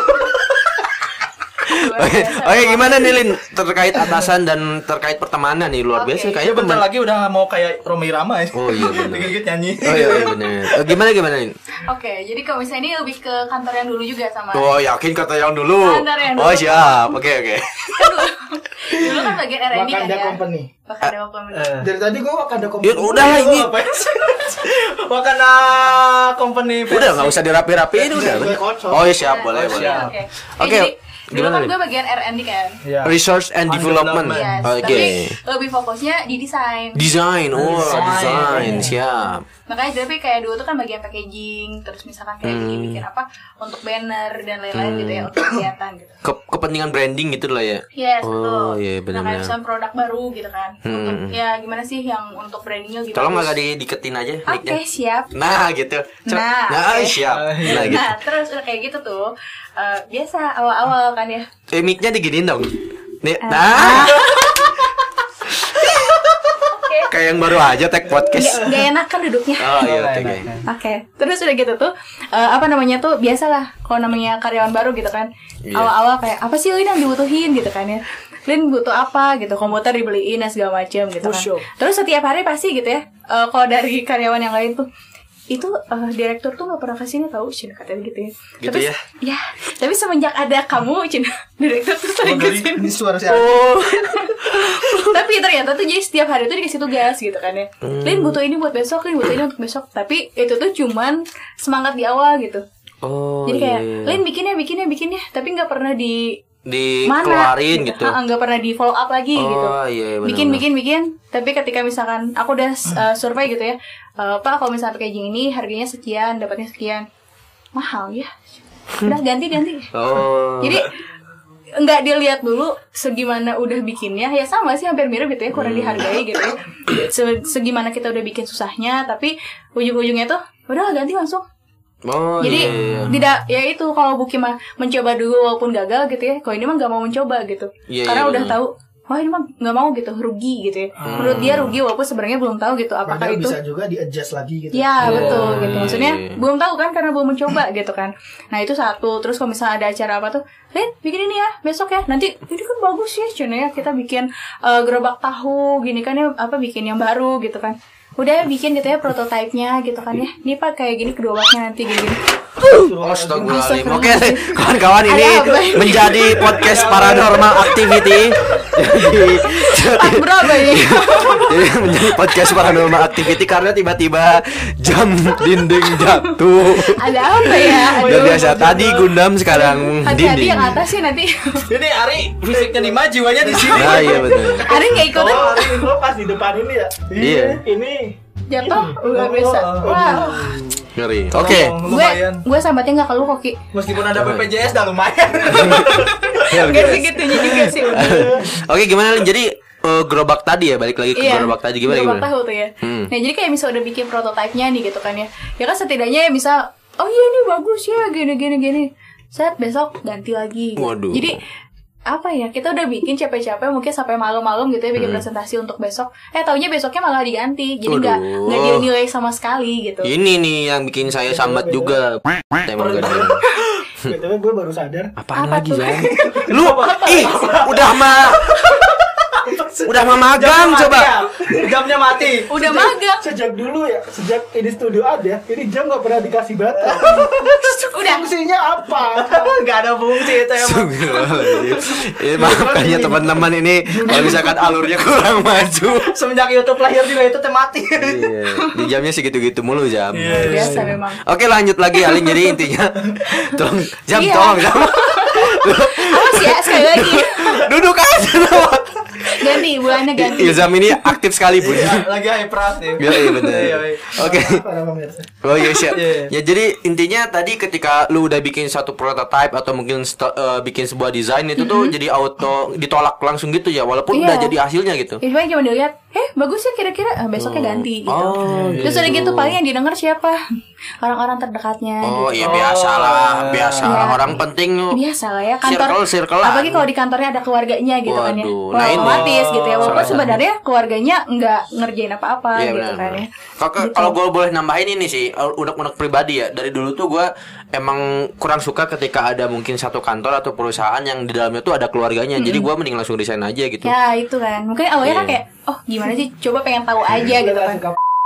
Oke, oke gimana nih Lin terkait atasan dan terkait pertemanan nih luar Oke. biasa Kayaknya kayaknya bentar teman. lagi udah mau kayak Romi Rama ya. Oh iya benar. Dikit-dikit nyanyi. Oh iya, iya benar. Eh, gimana gimana Lin? Oke, jadi kalau misalnya ini lebih ke kantor yang dulu juga sama. Oh yakin kata yang dulu. Kantor yang Oh dulu. siap, oke oke. Kan dulu, dulu kan bagian R and D kan Wakanda ya. Company. Wakanda Company. Eh. Dari tadi gua Wakanda Company. Ya udah lah ini. Apa sih? Wakanda Company. Udah nggak usah dirapi-rapiin udah. Gue konsol. Oh iya siap, boleh Oh, boleh. siap. Oke. Oke, Jadi, dulu gimana kan nih? gue bagian R and D kan. Iya. Research and And development. development. Yes, Oke. tapi lebih fokusnya di desain. Desain, oh Desain. desain, siap. Makanya tapi kayak dulu tuh kan bagian packaging, terus misalkan kayak Hmm. bikin-bikin apa untuk banner dan lain-lain gitu ya untuk kegiatan gitu. Ke- kepentingan branding gitu lah ya. Yes, Oh, betul. iya, Nah, benar-benar. kayak misalnya produk baru gitu kan. Hmm. Untuk ya gimana sih yang untuk brandingnya gimana? Tolong agak di diketin aja Oke, mic-nya. siap. Nah gitu. Cok. Nah, Nah, oke. siap. Nah gitu. Nah, terus udah kayak gitu tuh. eh, biasa awal-awal kan ya. Eh mic-nya diginiin dong. Nih, Ah. nah. Kayak yang baru aja tag podcast. Gak, gak enak kan duduknya. Oh iya, oke. Enak, oke. enak. Oke, terus udah gitu tuh eh, apa namanya tuh biasalah kalau namanya karyawan baru gitu kan. Iya. Awal-awal kayak apa sih Lin yang dibutuhin gitu kan ya. Lin butuh apa gitu, komputer dibeliin dan segala macam gitu kan. Push up. Terus setiap hari pasti gitu ya. eh, kalau dari karyawan yang lain tuh itu eh, direktur tuh gak pernah kesini tahu Cina katanya gitu ya. Gitu Tapi- ya? Ya, tapi semenjak ada kamu Cina, direktur tuh sering Oh, dari kesini. ini suara si Oh. Tapi ternyata tuh jadi setiap hari tuh dikasih tugas gitu kan ya. Hmm. Lin butuh ini buat besok, Lin butuh ini untuk besok. Tapi itu tuh cuman semangat di awal gitu. Oh. Jadi kayak iya. Lin bikinnya bikinnya bikinnya tapi nggak pernah di dikeluarin gitu. nggak pernah di follow up lagi Oh, gitu. iya, benar, bikin benar. bikin bikin tapi ketika misalkan aku udah uh, survei gitu ya, uh, Pak kalau misalnya packaging ini harganya sekian dapatnya sekian, mahal ya, udah ganti ganti. Oh. Jadi nggak dilihat dulu segimana udah bikinnya, ya sama sih hampir mirip gitu ya, kurang Hmm. dihargai gitu ya. Se- segimana kita udah bikin susahnya tapi ujung-ujungnya tuh udah ganti langsung. Oh, Jadi iya, iya. tidak ya itu kalau Buki mah mencoba dulu walaupun gagal gitu ya. Kalau ini mah nggak mau mencoba gitu. Iya, Karena iya, udah benar. tahu wah ini mah nggak mau gitu, rugi gitu ya. Hmm. Menurut dia rugi walaupun sebenarnya belum tahu gitu apakah Padahal itu bisa juga di-adjust lagi gitu. ya Oh. betul gitu. Maksudnya belum tahu kan karena belum mencoba gitu kan. Nah itu satu. Terus kalau misalnya ada acara apa tuh, Lin bikin ini ya besok ya. Nanti ini kan bagus ya Cina ya, kita bikin uh, gerobak tahu gini kan ya, apa bikin yang baru gitu kan. Udah bikin gitu ya prototipenya gitu kan ya. Ini Pak kayak gini gerobaknya nanti gini. Astagfirullahaladzim. Oke, kawan-kawan, ini Ada apa ini? menjadi podcast paranormal activity. Jadi, Pak berapa ini? jadi menjadi podcast paranormal activity karena tiba-tiba jam dinding jatuh. Ada apa ya? Udah biasa tadi Gundam, sekarang Hati-hati dinding. yang atas sih nanti. Ini Ari fisiknya lima, jiwanya di sini. Nah, iya betul. Ari nggak ikutan Oh, hari ini lo pas di depan ini ya. Iya. Ini jatuh ini. luar biasa. Oh, oh, Wah. Ngeri. Oke. Gue Lumayan. gue sambatnya nggak keluh kok Ki. Meskipun ada B P J S dah lumayan. Gak segitunya juga sih. Oke, gimana Lin? Jadi eh, gerobak tadi ya, balik lagi ke Iya, gerobak tadi gimana gerobak gimana? tahu tuh ya. Hmm. Nah jadi kayak misalnya udah bikin prototipenya nih gitu kan ya. Ya kan setidaknya ya bisa, oh iya ini bagus ya gini gini gini. Set besok ganti lagi. Gitu. Waduh. Jadi apa ya, kita udah bikin capek-capek mungkin sampai malam-malam gitu ya bikin Hmm. presentasi untuk besok. Eh taunya besoknya malah diganti. Jadi nggak Waduh. nggak dinilai sama sekali gitu. Ini nih yang bikin saya sambat juga. Emang gak ada. B T W gue baru sadar. Apaan Apa lagi tuh? Zan? Lu ih udah mah udah mah magang Jamnya coba. mati ya? Jamnya mati. Udah magang. Sejak dulu ya, sejak ini studio ada, ini jam gak pernah dikasih baterai. Udah. Fungsinya apa? Gak ada fungsi itu emang. Astagfirullahaladzim. Ini maafkannya teman-teman ini kalau misalkan alurnya kurang maju. Semenjak YouTube lahir juga itu teh mati. Iya, di jamnya segitu-gitu mulu jam. Biasa memang. Oke, lanjut lagi Alin. Jadi intinya tolong jam Iya. tolong jam. Awas ya sekali lagi. Duduk aja dong. Ganti bulannya ganti. Ilzam ini aktif sekali Bun. Lagi hyperaktif. Iya, iya benar. Iya, iya. Oke. Para pemirsa. Oh iya siap. Iya. Ya jadi intinya tadi ketika lu udah bikin satu prototype atau mungkin sto- eh, bikin sebuah desain itu tuh jadi auto ditolak langsung gitu ya walaupun Iya. udah jadi hasilnya gitu. Ya, cuma cuma dilihat, eh bagus ya kira-kira, ah, besoknya ganti gitu. Oh, Terus udah gitu paling yang didengar siapa? Orang-orang terdekatnya. Oh gitu. iya biasalah, biasalah Iya. orang penting. Biasa lah ya kantor. Circle, circle-an. Apalagi kalau di kantornya ada keluarganya gitu kan ya. Waduh, Wah, nah ini. otomatis gitu ya. Walaupun Salah satu. sebenarnya keluarganya nggak ngerjain apa-apa Iya gitu benar. kan ya. Kalau Gitu. kalau gue boleh nambahin ini sih unek-unek pribadi ya. Dari dulu tuh gue emang kurang suka ketika ada mungkin satu kantor atau perusahaan yang di dalamnya tuh ada keluarganya. Jadi gue mending langsung desain aja gitu. Ya itu kan. Mungkin awalnya kan Iya. kayak, oh gimana sih? Coba pengen tahu aja gitu kan.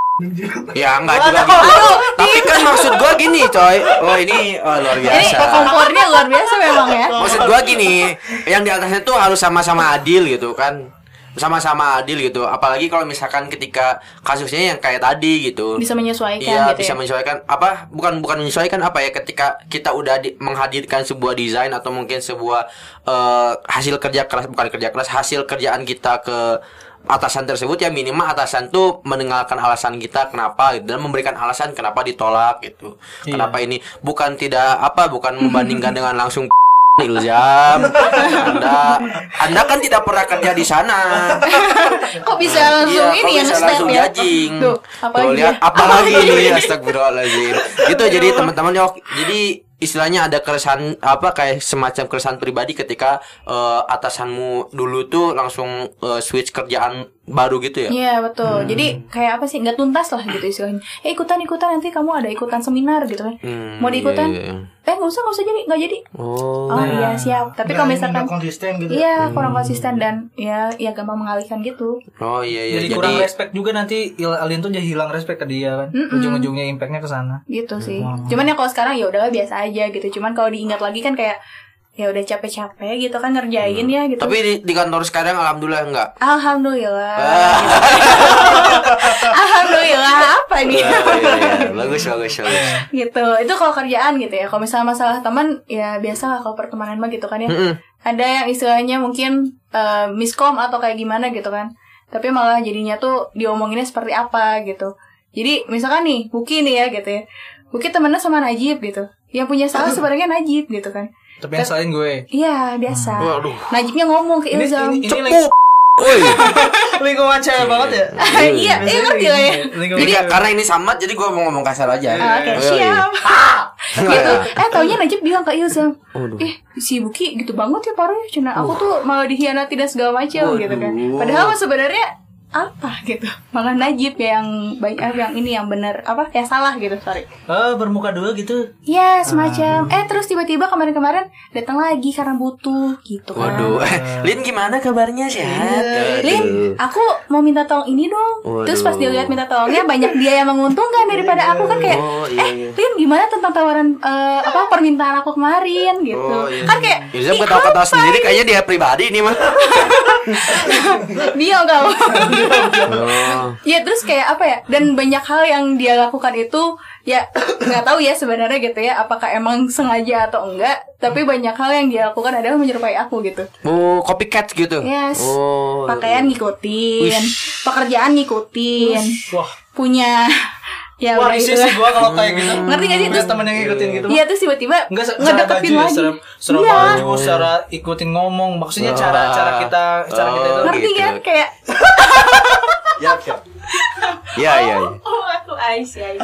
Ya enggak juga gitu. Tapi kan maksud gua gini, coy. Oh ini oh, luar Jadi biasa. kompornya luar biasa memang ya. Maksud gua gini, yang di atasnya tuh harus sama-sama adil gitu kan. Sama-sama adil gitu. Apalagi kalau misalkan ketika kasusnya yang kayak tadi gitu. Bisa menyesuaikan Iya, gitu bisa ya. menyesuaikan apa? Bukan bukan menyesuaikan apa ya? Ketika kita udah di- menghadirkan sebuah desain atau mungkin sebuah eh, hasil kerja keras, bukan kerja keras, hasil kerjaan kita ke atasan tersebut ya minimal atasan tuh mendengarkan alasan kita kenapa gitu, dan memberikan alasan kenapa ditolak gitu. Iya. Kenapa ini bukan tidak apa bukan membandingkan dengan langsung Ilzam. Anda Anda kan tidak pernah kerja di sana. Kok bisa langsung Iya, ini kok yang bisa step langsung ya? judging. Tuh, Tuh, apalagi lihat ya? apalagi ini astagfirullahaladzim. Gitu jadi teman-teman yo. Jadi istilahnya ada keresahan apa kayak semacam keresahan pribadi ketika eh, atasanmu dulu tuh langsung eh, switch kerjaan baru gitu ya. Iya betul. Jadi kayak apa sih, nggak tuntas lah gitu istilahnya. Eh ikutan ikutan nanti kamu ada ikutan seminar gitu kan. Hmm, Mau diikutan? iya, iya. Eh nggak usah nggak usah jadi nggak jadi. Oh. Oh iya siap. Tapi kalau misalkan konsisten gitu. iya kurang konsisten dan ya ya gampang mengalihkan gitu. Oh iya iya. Jadi, kurang respect juga nanti Il- Alin tuh jadi hilang respect ke dia kan. Ujung-ujungnya impactnya ke sana. Gitu sih. Cuman ya kalau sekarang ya udahlah biasa aja gitu. Cuman kalau diingat lagi kan kayak ya udah capek-capek gitu kan ngerjain ya gitu. Tapi di, di kantor sekarang alhamdulillah enggak. Alhamdulillah. Ah. Gitu. Alhamdulillah apa nih? Iya, iya, iya. Bagus bagus bagus. Gitu. Itu kalau kerjaan gitu ya. Kalau misalnya masalah teman ya biasa lah kalau pertemanan mah gitu kan ya. Mm-mm. Ada yang istilahnya mungkin eh, miskom atau kayak gimana gitu kan. Tapi malah jadinya tuh diomonginnya seperti apa gitu. Jadi misalkan nih Buki nih ya gitu ya. Buki temennya sama Najib gitu. Yang punya salah sebenarnya Najib gitu kan. Tapi yang selain gue. Iya biasa. Waduh. Najibnya ngomong ke Ini Ilzam. ini, ini Cepu. lagi Woi. Lingkungan cewek banget ya. Iya, iya ngerti lah ya. Lingkungan Jadi cewek. karena ini sambat jadi gue mau ngomong kasar aja. Ah, Oke, Oh, iya. siap. Gitu. Eh, taunya Najib bilang ke Ilzam, eh si Buki gitu banget ya parah ya, cina aku tuh malah dikhianati dan segala macam gitu kan. Padahal sebenarnya apa gitu, malah Najib yang baik, eh, yang ini yang benar apa yang salah gitu, sorry. Oh, bermuka dua gitu. Ya semacam. Eh terus tiba-tiba kemarin-kemarin datang lagi karena butuh gitu kan. Waduh, Lin gimana kabarnya sehat? Lin, aku mau minta tolong ini dong. Waduh. Terus pas dia lihat minta tolongnya banyak dia yang menguntungkan daripada aku kan kayak, Oh, iya, iya. eh Lin gimana tentang tawaran eh, apa permintaan aku kemarin gitu. Oh, iya. Kan kayak Ilzam "Ih, ketawa-ketawa apa sendiri ini?" kayaknya dia pribadi nih mah. Dia enggak. Oh. Ya terus kayak apa ya? Dan banyak hal yang dia lakukan itu ya nggak tahu ya sebenarnya gitu ya. Apakah emang sengaja atau enggak? Tapi banyak hal yang dia lakukan adalah menyerupai aku gitu. Oh, copycat gitu. Yes. Oh. Pakaian ngikutin, pekerjaan ngikutin, Wah. punya ya Wah, udah risih itulah. sih gua kalau kayak gitu. Ngerti gak sih? Terus temen yang ngikutin gitu. Iya terus tiba-tiba Enggak se- secara baju ngedeketin ya, lagi. secara, secara Iya. baju, secara ikutin ngomong. Maksudnya cara cara kita cara kita itu. Oh. Ngerti gitu. kan kayak Ya, ya. Iya, iya. iya. oh aku ice ice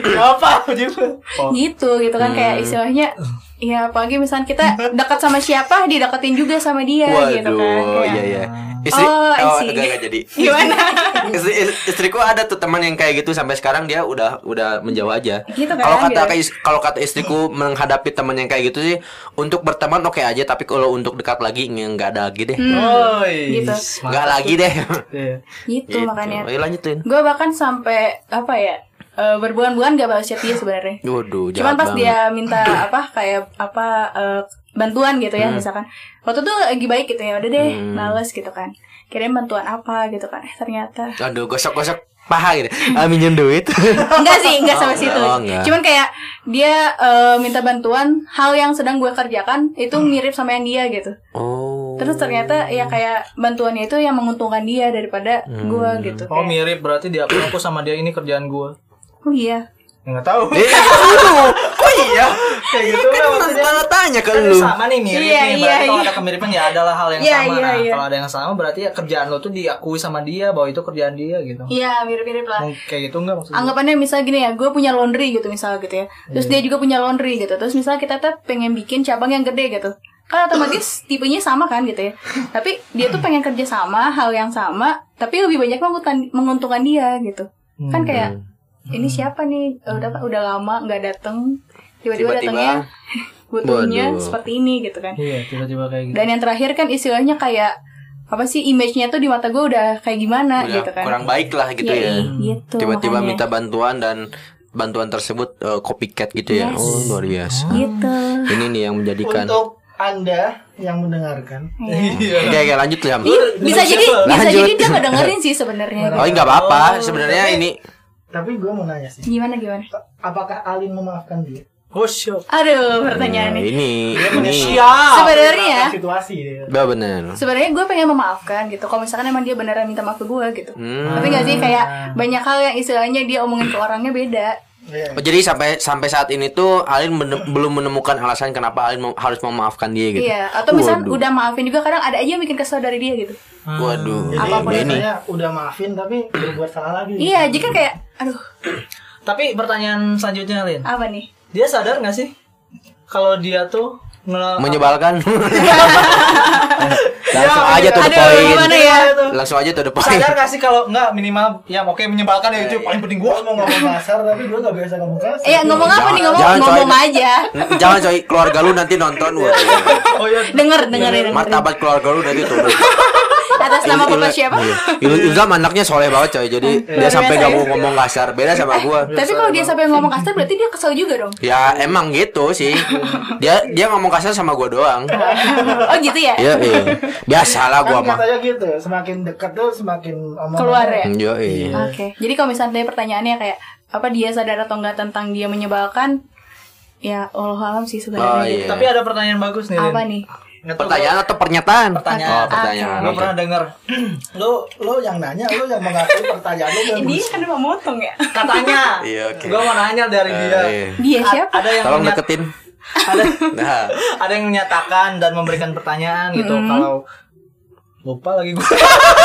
Apa juga? Oh. gitu gitu kan kayak Hmm. istilahnya ya apalagi misalnya kita dekat sama siapa dideketin juga sama dia gitu kan Waduh, kayak, iya iya. Istri, Oh, I oh, see. enggak enggak jadi. Gimana? Istri, istriku ada tuh teman yang kayak gitu sampai sekarang dia udah udah menjauh aja. Gitu kan, Kalau kata gitu. is- kalau kata istriku menghadapi teman yang kayak gitu sih untuk berteman oke aja tapi kalau untuk dekat lagi nggak ada lagi deh. Oh, Gitu. Nggak lagi deh. Iya. gitu makanya Ayo lanjutin. gue bahkan sampai apa ya eh, berbulan-bulan gak balas chat dia sebenarnya. Waduh, Cuman jahat pas banget. dia minta apa kayak apa eh, bantuan gitu ya misalkan waktu itu lagi baik gitu ya udah deh Hmm. bales gitu kan kirim bantuan apa gitu kan eh ternyata Aduh, gosok-gosok paha gitu. Ah, minjem duit. enggak sih enggak sampai Oh, situ enggak. Oh, enggak. cuman kayak dia eh, minta bantuan hal yang sedang gue kerjakan itu mirip sama yang dia gitu Oh. terus ternyata ya kayak bantuannya itu yang menguntungkan dia daripada Hmm. gue gitu Oh, kayak, mirip berarti dia aku sama dia ini kerjaan gua. oh iya Enggak tahu. Eh, aduh. Oh iya. Kayak gitu Kan lah maksudnya. malah tanya ke Kan lu. sama nih mirip Iya, nih. iya, Berarti kalau iya. ada kemiripan ya adalah hal yang Iya, sama. iya, Nah, iya. kalau ada yang sama berarti ya kerjaan lo tuh diakui sama dia bahwa itu kerjaan dia gitu. iya mirip-mirip lah. Mau kayak gitu enggak maksudnya? Anggapannya misalnya gini ya, gue punya laundry gitu misalnya gitu ya. Terus dia juga punya laundry gitu. Terus misalnya kita tuh pengen bikin cabang yang gede gitu. Kan otomatis tipenya sama kan gitu ya. Tapi dia tuh pengen kerja sama, hal yang sama, tapi lebih banyak menguntungkan, menguntungkan dia gitu. Kan kayak ini siapa nih? Udah udah lama nggak dateng, tiba-tiba Tiba-tiba. datangnya butuhnya Waduh. seperti ini gitu kan. Iya, tiba-tiba kayak gitu. Dan yang terakhir kan istilahnya kayak apa sih image-nya tuh di mata gue udah kayak gimana Udah gitu kan. kurang baik lah gitu Ya, ya. gitu, Tiba-tiba makanya. minta bantuan dan bantuan tersebut eh, copycat gitu ya. Yes. Oh, luar biasa. Gitu. Ini nih yang menjadikan. Untuk Anda yang mendengarkan, Iya. Oke, oke lanjut Liam. Iya, bisa jadi bisa Lanjut. jadi dia nggak dengerin sih sebenarnya. Oh, enggak apa-apa. Sebenarnya ini tapi gue mau nanya sih, Gimana gimana? apakah Alin memaafkan dia? Oh, siap. Aduh, pertanyaannya. ini ini Siap. Sebenarnya Situasi dia. Bah, bener. sebenarnya gue pengen memaafkan gitu. Kalau misalkan emang dia beneran minta maaf ke gue gitu. Hmm. Tapi nggak sih kayak banyak hal yang istilahnya dia omongin ke orangnya beda. Iya. Oh, jadi sampai sampai saat ini tuh Alin menem- belum menemukan alasan kenapa Alin mem- harus memaafkan dia gitu. Iya. Atau misalkan Waduh. udah maafin juga kadang ada aja yang bikin kesel dari dia gitu. Waduh. Jadi Apapun ini. biasanya udah maafin tapi berbuat salah lagi. Iya, jika kayak aduh Tapi pertanyaan selanjutnya, Lin. apa nih? Dia sadar nggak sih kalau dia tuh nge- Menyebalkan. Ya, Langsung aja tuh the aduh, point. gimana ya? Langsung aja tuh the point. Sadar gak sih kalau nggak minimal ya oke menyebalkan ya itu yang paling penting Gue gua mau ngomong kasar tapi gue gak biasa ngomong kasar. Eh ngomong apa Jangan- nih ngomong jangan, ngomong coy. aja. Jangan coy, keluarga lu nanti nonton. Waduh. Oh iya. Denger dengerin dengerin. Martabat keluarga lu nanti turun. Atas nama Il- papa Il- siapa? iya. Il- Ilzam anaknya soleh banget coy. Jadi dia Luar sampai biasa gak ya. mau ngomong kasar. Beda sama gua. Tapi kalau dia sampai ngomong kasar berarti dia kesel juga dong. Ya emang gitu sih. Dia dia ngomong kasar sama gua doang. Oh gitu ya? Iya, iya. Biasalah gua Kan mah. katanya gitu, semakin dekat tuh semakin omongan Keluar ya? Iya, iya. Oke. Jadi kalau misalnya pertanyaannya kayak apa dia sadar atau enggak tentang dia menyebalkan? Ya Allah alam sih sebenarnya. Oh, iya. Tapi ada pertanyaan bagus nih, Lin. Apa nih? Nggak tahu Pertanyaan atau pernyataan? Pertanyaan. Oh, pertanyaan. Gue pernah denger Lo lo yang nanya, lo yang mengakui pertanyaan lo bagus. Dia kan mau motong ya? katanya. Iya, oke. Gue mau nanya dari dia. Eh, iya. Dia A- siapa? Ada yang Tolong menyat- deketin. ada Nah. ada yang menyatakan dan memberikan pertanyaan gitu kalau Lupa lagi gue.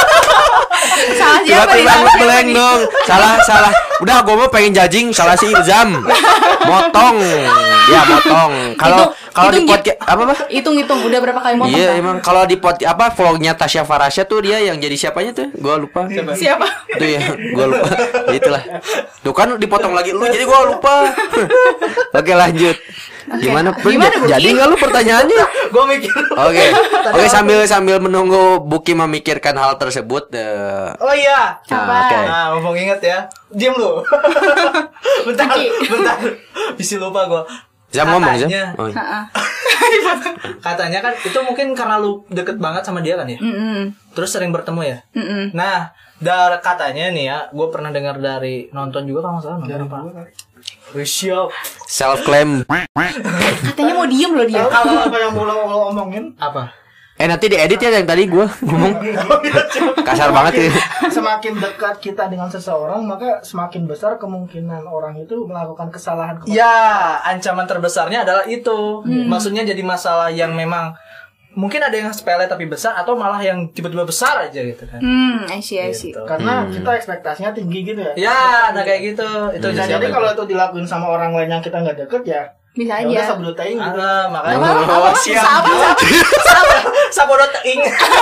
Salah siapa nih? Tiba-tiba Salah siapa beleng nih? dong. Salah, salah. Udah, gue mau pengen judging. Salah si Ilzam. Motong. Ya, motong. Kalau Hitung- kalau di hitung, podcast apa apa? Hitung-hitung udah berapa kali motong? Iya, Kak? emang kalau di pod apa vlognya Tasya Farasya tuh dia yang jadi siapanya tuh? Gue lupa. Siapa? Itu ya, gue lupa. Itulah. Tuh kan dipotong lagi lu, jadi gue lupa. Oke, lanjut. Gimana? Prin? Gimana, Buki? Jadi nggak lu pertanyaannya? Gue mikir. Oke, oke sambil sambil menunggu Buki memikirkan hal tersebut. eh, Oh iya. Nah, oke. Nah, mumpung inget ya. Diam lu. bentar, Buki. bentar. Bisa lupa gue. Zam ngomong Zam. Katanya. Oh, iya. Heeh. Katanya kan itu mungkin karena lu deket banget sama dia kan ya. Mm-mm. Terus sering bertemu ya. Mm-mm. Nah, dar katanya nih ya, gue pernah dengar dari nonton juga kalau nggak salah nonton apa? Siap. Self claim. Katanya mau diem loh dia. Kalau apa yang mau lo lo omongin? Apa? Eh nanti diedit ya yang tadi gue ngomong. Kasar banget ya. Semakin dekat kita dengan seseorang, maka semakin besar kemungkinan orang itu melakukan kesalahan. kepada- Ya, ancaman terbesarnya adalah itu. Maksudnya jadi masalah yang memang mungkin ada yang sepele tapi besar atau malah yang tiba-tiba besar aja gitu kan. Hmm, I see, I see. Gitu. Karena kita ekspektasinya tinggi gitu ya. Ya, nah kayak gitu. Itu Bisa siapa jadi itu? kalau itu dilakuin sama orang lain yang kita nggak deket ya, Bisa ya udah aja. sebelum teing gitu. Ah, makanya Apa? Oh, Apa? siap. Apa? Apa? Sabodot teing.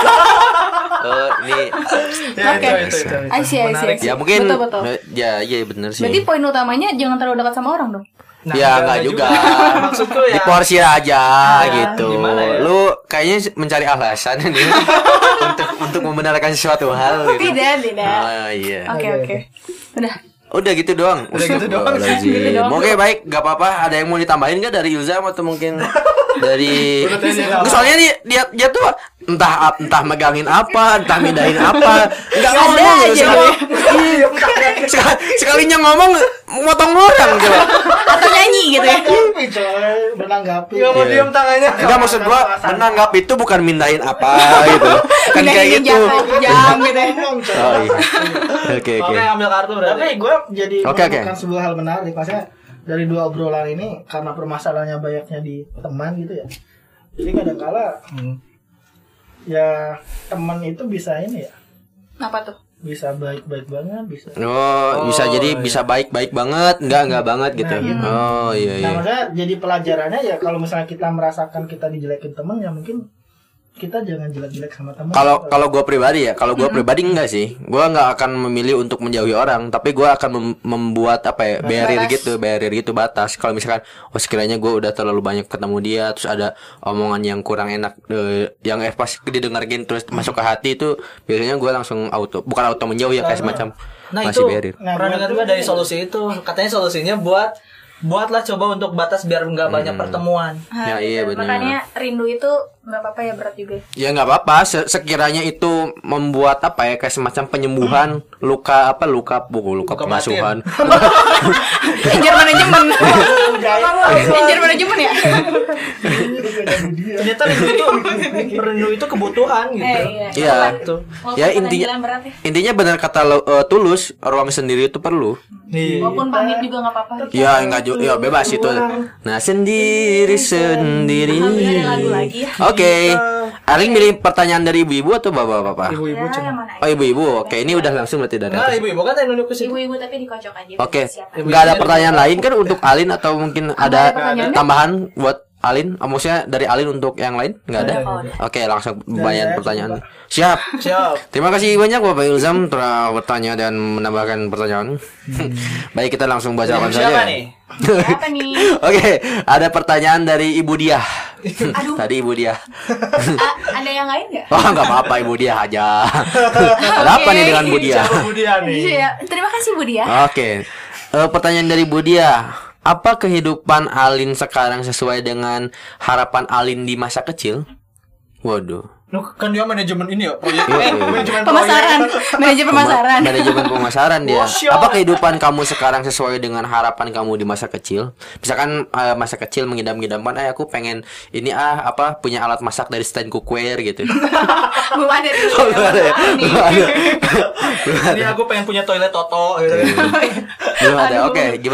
Oh, ini Ya, Oke. itu, itu, itu, itu. I see, I see, Menarik I see. ya mungkin Betul, betul. eh, ya iya bener sih. Berarti poin utamanya jangan terlalu dekat sama orang dong. Nah, ya enggak juga. Maksudku ya. Diporsir aja Ya, gitu. gimana ya? Lu kayaknya mencari alasan nih untuk untuk membenarkan sesuatu hal gitu. Tidak, tidak. Oh iya. Oke, oke. Udah. Udah gitu doang. Udah gitu doang. Astagfirullahaladzim. Gitu doang. Oke baik, gak apa-apa. Ada yang mau ditambahin gak dari Ilzam atau mungkin dari? Udah tanya nggak Nggak, soalnya dia, dia dia tuh entah entah megangin apa, entah mindahin apa, nggak Nggak ngomong ada gitu aja, sekali. Iya, Sekali- Sekalinya ngomong motong orang gitu. Atau nyanyi gitu ya. Menanggapi coy, menanggapi. Nggak mau Iya. diem tangannya. Enggak maksud gua menanggap itu bukan mindahin apa gitu. Kan Udah kayak ini gitu. jam- jam gitu ya. Ngomong, coy. Oh iya. Oke oke. Oke, ambil kartu Tapi berarti. gue jadi Oke, oke. menemukan sebuah hal menarik. Maksudnya dari dua obrolan ini karena permasalahannya banyaknya di teman gitu ya. Jadi kadang-kala Hmm. ya teman itu bisa ini ya, Apa tuh? bisa baik-baik banget, bisa. Oh, bisa Oh, jadi iya. bisa baik-baik banget, enggak enggak banget gitu. Nah, gitu. Oh iya Nah, iya. maksudnya jadi pelajarannya ya kalau misalnya kita merasakan kita dijelekin teman ya mungkin kita jangan jelek-jelek sama teman. Kalau kalau gue pribadi ya, kalau gue pribadi enggak sih, gue nggak akan memilih untuk menjauhi orang, tapi gue akan mem- membuat apa ya, barrier Batas. gitu, barrier gitu batas. Kalau misalkan, oh sekiranya gue udah terlalu banyak ketemu dia, terus ada omongan yang kurang enak, eh, yang eh, pas didengarkan terus masuk ke hati itu, biasanya gue langsung auto, bukan auto menjauh ya kayak semacam Nah masih itu barrier. Nah, pernah gua dengar tuh- juga dari solusi itu. Katanya solusinya buat buatlah coba untuk batas biar nggak banyak pertemuan. Ya, iya, gitu. benar. Makanya rindu itu nggak apa-apa ya, berat juga. Ya nggak apa-apa, se- sekiranya itu membuat apa ya, kayak semacam penyembuhan luka apa luka buku luka, Luka pengasuhan. Injer manajemen. Injer manajemen ya. Ternyata rindu itu rindu itu kebutuhan gitu. Eh, iya. Iya. Tuh. Walaupun Ya jalan intinya berat ya. intinya benar kata lo- eh, Tulus, ruang sendiri itu perlu. Iya. Walaupun pamit juga nggak apa-apa. Ya enggak juga, ya bebas itu. Nah sendiri sendiri. Alhamdulillah ada lagu lagi ya. Oke, Aling milih pertanyaan dari ibu-ibu atau bapak-bapak? Ibu-ibu Ya, cuma. yang mana? Oh ibu-ibu, oke ini udah langsung berarti dari Nah, atas. ibu-ibu kan yang nunduk ke situ. Ibu-ibu tapi dikocok aja. Oke, Siapa? nggak ada pertanyaan lain kan untuk Alin atau mungkin ada pertanyaannya? tambahan buat Alin? Oh, maksudnya dari Alin untuk yang lain nggak ada? Oh, udah. Oke, langsung banyak saya pertanyaan. Siap. Siap. Terima kasih banyak Bapak Ilzam telah bertanya dan menambahkan pertanyaan. Baik, kita langsung bacakan saja. Siapa nih? Siapa nih? Oke, ada pertanyaan dari Ibu Diah. Aduh. Tadi Ibu Diah. A- ada yang lain nggak? Oh, nggak apa-apa Ibu Diah aja. Ada apa nih dengan Bu Diah? Siapa Bu Diah nih? Iya. Terima kasih Bu Dia. Oke. Eh, pertanyaan dari Bu Diah. Apa kehidupan Alin sekarang sesuai dengan harapan Alin di masa kecil? Waduh. Loh, kan dia manajemen ini ya, proyek. Iya, Eh, iya. manajemen Pemasaran, proyek. manajer pemasaran. Pema- Manajemen pemasaran dia. Oh, siap. Apa kehidupan kamu sekarang sesuai dengan harapan kamu di masa kecil? Misalkan eh, masa kecil mengidam-idamkan, eh aku pengen ini ah apa punya alat masak dari stand cookware gitu. Belum ada dulu. Oh, belum ada ya? Nih. Belum ada. Belum Ini ada. aku pengen punya toilet Toto gitu. Belum ada. Oke, gimana?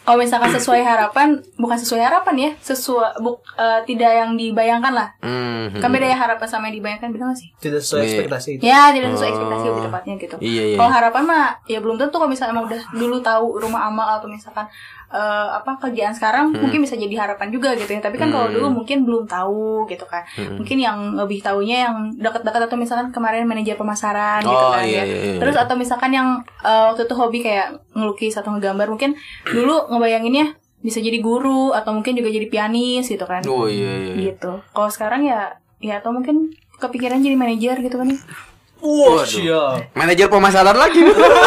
kalau misalkan sesuai harapan, bukan sesuai harapan ya, sesuai buk, uh, tidak yang dibayangkan lah. Mm-hmm. Kan beda ya harapan sama yang dibayangkan, benar nggak sih? Tidak sesuai Iya. ekspektasi. Ya, tidak sesuai Oh. ekspektasi lebih tepatnya gitu. Iya, iya. Kalau harapan mah ya belum tentu, kalau misalnya emang udah dulu tahu rumah amal atau misalkan uh, apa kerjaan sekarang Hmm. mungkin bisa jadi harapan juga gitu ya. Tapi kan kalau Hmm. dulu mungkin belum tahu gitu kan. Hmm. Mungkin yang lebih taunya yang dekat-dekat atau misalkan kemarin manajer pemasaran gitu Oh, kan iya, ya. iya, iya. Terus atau misalkan yang uh, waktu itu hobi kayak ngelukis atau ngegambar, mungkin dulu ngebayanginnya bisa jadi guru atau mungkin juga jadi pianis gitu kan. Oh iya iya. Gitu. Kalau sekarang ya ya atau mungkin kepikiran jadi manajer gitu kan ya. Wah, Waduh. siap. Manajer pemasaran lagi.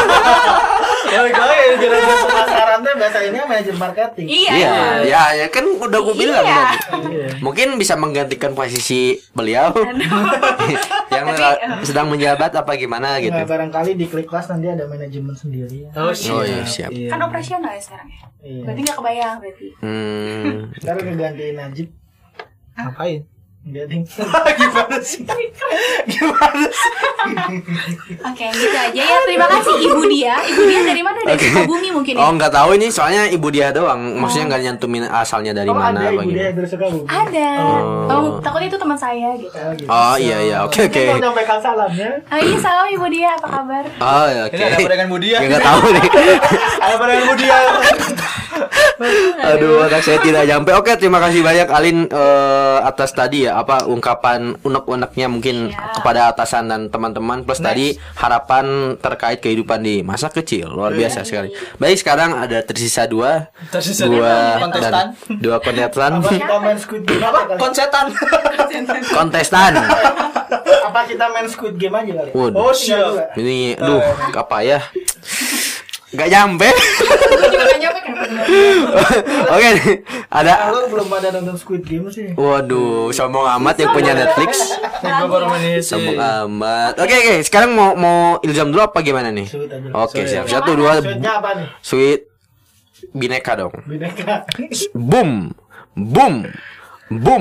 Ya guys, jadi pemasaran tuh bahasa ini manajer marketing. Iya. Iya, ya, ya kan udah gue bilang Iya. tadi. Iya. Mungkin bisa menggantikan posisi beliau yang Tapi, uh, sedang menjabat apa gimana gitu. Nah, barangkali di Klik Kelas nanti ada manajemen sendiri. Oh, siap. Oh, iya, siap. Iya. Kan operasional ya sekarang ya. Iya. Berarti nggak kebayang berarti. Hmm. Ntar ngegantiin Najib. Ngapain? Gantiin. Gimana sih? Gimana sih? Oke, gitu aja ya. Terima kasih Ibu Dia. Ibu Dia dari mana? Dari Oke. Sukabumi mungkin ya. Oh nggak tahu ini soalnya ibu dia doang. Maksudnya nggak nyantumin asalnya dari Oh, mana ada apa ibu dia gimana. dari Sukabumi. Ada. Oh. Oh, takutnya itu teman saya gitu. Oh, gitu. Oh iya iya oke oke. Mungkin mau nyampaikan salamnya. Oh iya, salam Ibu Dia, apa kabar? Oh iya, oke. Ini ada apa dengan Budia? Ya nggak tahu nih. Ada apa dengan Budia? Aduh, otak saya tidak nyampe. Oke, terima kasih banyak Alin eh, atas tadi ya apa ungkapan unek-uneknya mungkin Iya. kepada atasan dan teman-teman plus tadi harapan terkait kehidupan di masa kecil. Luar biasa sekali. Baik, sekarang ada tersisa dua Tersisa dua kontestan. dan dua kontestan Apa kita main Squid Game aja kali? Konsetan. kontestan. Apa kita main Squid Game aja kali? Waduh. Oh, siap. Ini duh apa ya? Gak nyampe. Gue juga nggak nyampe kenapa dengar. Oke, nih, ada Kalau belum pada nonton Squid Game sih. waduh, sombong amat yang punya Netflix. Gue baru menisi. Sombong amat. Oke oke, sekarang mau mau ilzam dulu apa gimana nih? Sweet aja. Oke, siap. Satu dua Sweetnya apa nih? sweet bineka dong. Bineka. Boom. Boom. Boom.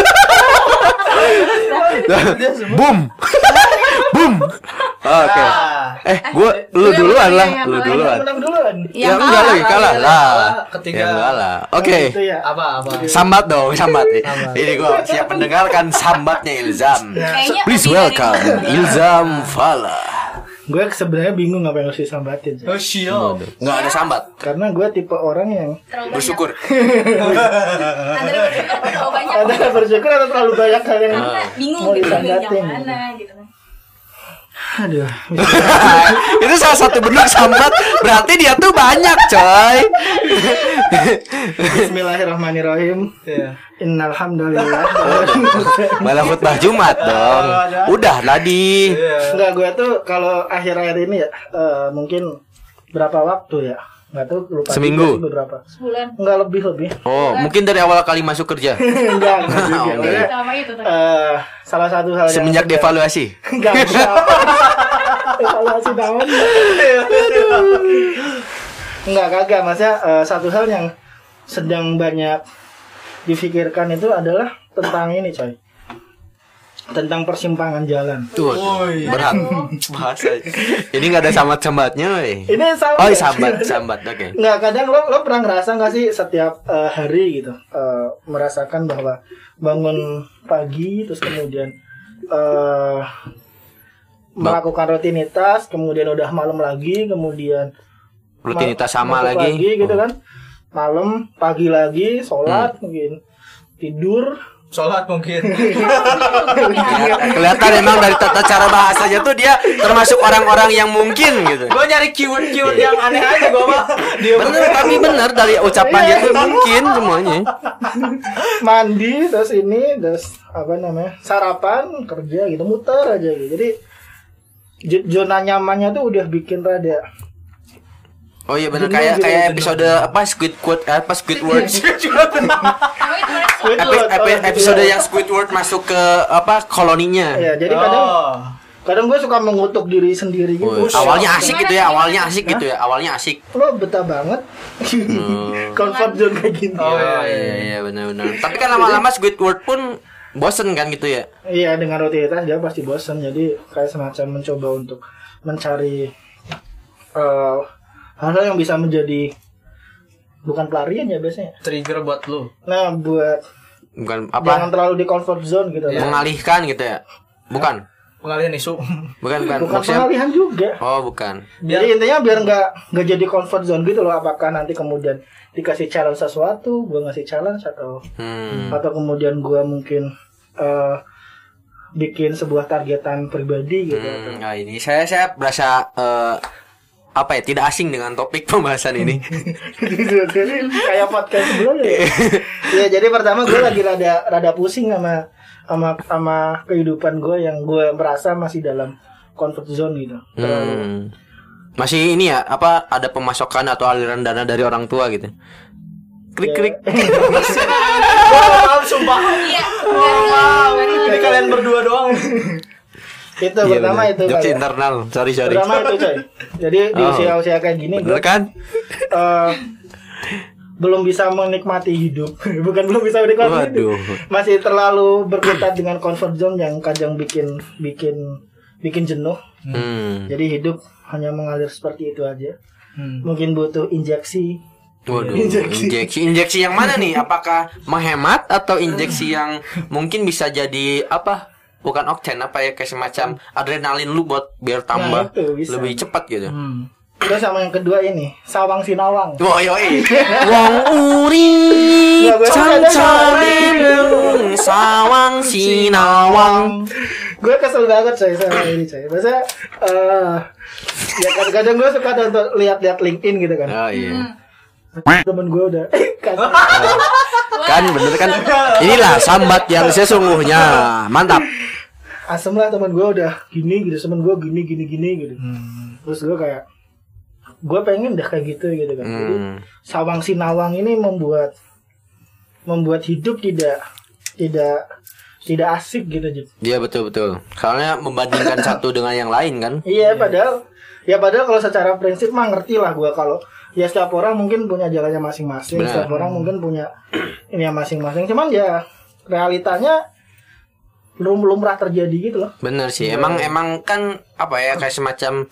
Boom. Boom. Oke. Ah. Eh, gua lu Gue duluan yang lah, menang, lu yang duluan. Menang duluan. Ya Yang enggak lagi kalah kalah, lah. kalah. Ketiga. Ya enggak lah. Oke. Itu ya. Apa apa? Sambat dong, sambat. Sambat. Ini gua siap mendengarkan sambatnya Ilzam. Kayaknya Please lebih dari- welcome Ilzam Fala. Gue sebenarnya bingung apa yang harus disambatin sih. Oh, siap. Enggak ada sambat. Karena gue tipe orang yang Terlalu banyak. Bersyukur. Antara bersyukur atau terlalu banyak. antara bersyukur atau terlalu banyak hal yang Karena bingung mau gitu milih yang disambatin. mana gitu kan. Aduh. Itu salah satu bentuk sambat. Berarti dia tuh banyak, coy. Bismillahirrahmanirrahim. Iya. Innalhamdulillah. Malah khutbah Jumat dong. Udah tadi. Enggak, gue tuh kalau akhir-akhir ini ya eh, mungkin berapa waktu ya? Enggak tahu lupa. juga Seminggu? sih beberapa. Sebulan. Enggak lebih lebih. Oh, mungkin dari awal kali masuk kerja. Enggak, enggak juga. Oke. Pokoknya, Sama itu tuh. eh, salah satu hal yang Semenjak sedang- devaluasi. Enggak, enggak. Evaluasi tahun. Enggak, kagak. Maksudnya eh, satu hal yang sedang banyak difikirkan itu adalah tentang ini, coy. Tentang persimpangan jalan. Tuh, berat bahasa. Ini nggak ada sambat-sambatnya, weh. Ini sama. Oh, sambat, sambat. Oke. Nggak, kadang lo lo pernah ngerasa nggak sih setiap eh, hari gitu eh, merasakan bahwa bangun pagi terus kemudian eh, melakukan rutinitas, kemudian udah malam lagi, kemudian Rutinitas ma- sama masuk lagi. lagi gitu Oh. kan, malam pagi lagi sholat Hmm. mungkin tidur. Sholat mungkin. Kelihatan, kelihatan emang dari tata cara bahasanya tuh dia termasuk orang-orang yang mungkin gitu. Gue nyari keyword-keyword yang aneh aja gue mah. Dia Bener, tapi bener dari ucapan dia tuh mungkin semuanya. Mandi terus ini terus apa namanya sarapan kerja gitu muter aja gitu, jadi j- zona nyamannya tuh udah bikin rada Oh iya bener Jenuh kayak gitu, kayak jenuh. episode apa Squidward eh, apa Squidward. Sama itu mana? Epi- epi- episode yang Squidward masuk ke apa koloninya. ya jadi kadang Oh. kadang gue suka mengutuk diri sendiri gitu. Oh, awalnya asik gitu ya, awalnya asik gitu ya, awalnya asik. Lo betah banget comfort zone kayak gini. Oh, Oh iya iya benar-benar. Tapi kan lama-lama Squidward pun bosen kan gitu ya. Iya, dengan rutinitas dia pasti bosan, jadi kayak semacam mencoba untuk mencari eh, hal-hal yang bisa menjadi bukan pelarian ya biasanya. Trigger buat lu. Nah, buat Bukan jangan apa? terlalu di comfort zone gitu. Iya. Mengalihkan gitu ya. Bukan. Pengalihan isu. Bukan bukan. Bukan Maksudnya pengalihan juga. oh, bukan. Biar- Jadi intinya biar nggak nggak jadi comfort zone gitu loh. Apakah nanti kemudian dikasih challenge sesuatu, gue ngasih challenge atau Hmm. atau kemudian gue mungkin eh, bikin sebuah targetan pribadi gitu. Hmm, nah ini saya saya berasa eh, apa ya tidak asing dengan topik pembahasan ini. Jadi kayak podcast sebelumnya. Ya, ya jadi pertama gue lagi rada rada pusing sama sama sama kehidupan gue yang gue merasa masih dalam comfort zone gitu. Terlalu Hmm. Masih ini ya apa ada pemasukan atau aliran dana dari orang tua gitu. Klik klik. Maaf sumpah. Iya. Ini kalian berdua doang. itu Iya, pertama bener. itu Jokes kayak- internal. Sorry sorry. pertama itu coy. Jadi di Oh. usia-usia kayak gini gue Bener kan? eh, belum bisa menikmati hidup. Bukan belum bisa menikmati Waduh. hidup. Masih terlalu berkutat dengan comfort zone yang kadang bikin bikin bikin jenuh. Hmm. Jadi hidup hanya mengalir seperti itu aja. Hmm. Mungkin butuh injeksi. Waduh, Injeksi. injeksi. injeksi yang mana nih? Apakah menghemat atau injeksi yang mungkin bisa jadi apa? Bukan okten apa ya kayak semacam adrenalin lu buat biar tambah Nah, itu bisa. lebih cepat gitu. Hmm. Terus sama yang kedua ini, sawang sinawang. Wah, yoi. Wong uri Nggak, gue kadang cancareng sawang sinawang. Gue kesel banget coy sama ini coy. Maksudnya eh ya kadang-kadang gue suka untuk lihat-lihat LinkedIn gitu kan. Oh iya. Temen gue udah kan. Kan bener kan? Inilah sambat yang sesungguhnya. Mantap. Asem lah temen gue udah gini gitu, temen gue gini gini gini gitu. Terus gue kayak gue pengen dah kayak gitu gitu kan. Jadi Hmm. sawang sinawang ini membuat membuat hidup tidak tidak tidak asik gitu Jit. Iya betul betul. Soalnya membandingkan satu dengan yang lain kan. Iya padahal ya padahal kalau secara prinsip mah ngerti lah gue kalau ya setiap orang mungkin punya jalannya masing-masing, Benar. setiap orang mungkin punya ini yang masing-masing. Cuman ya realitanya belum lumrah terjadi gitu loh. Bener sih. Emang emang kan apa ya kayak semacam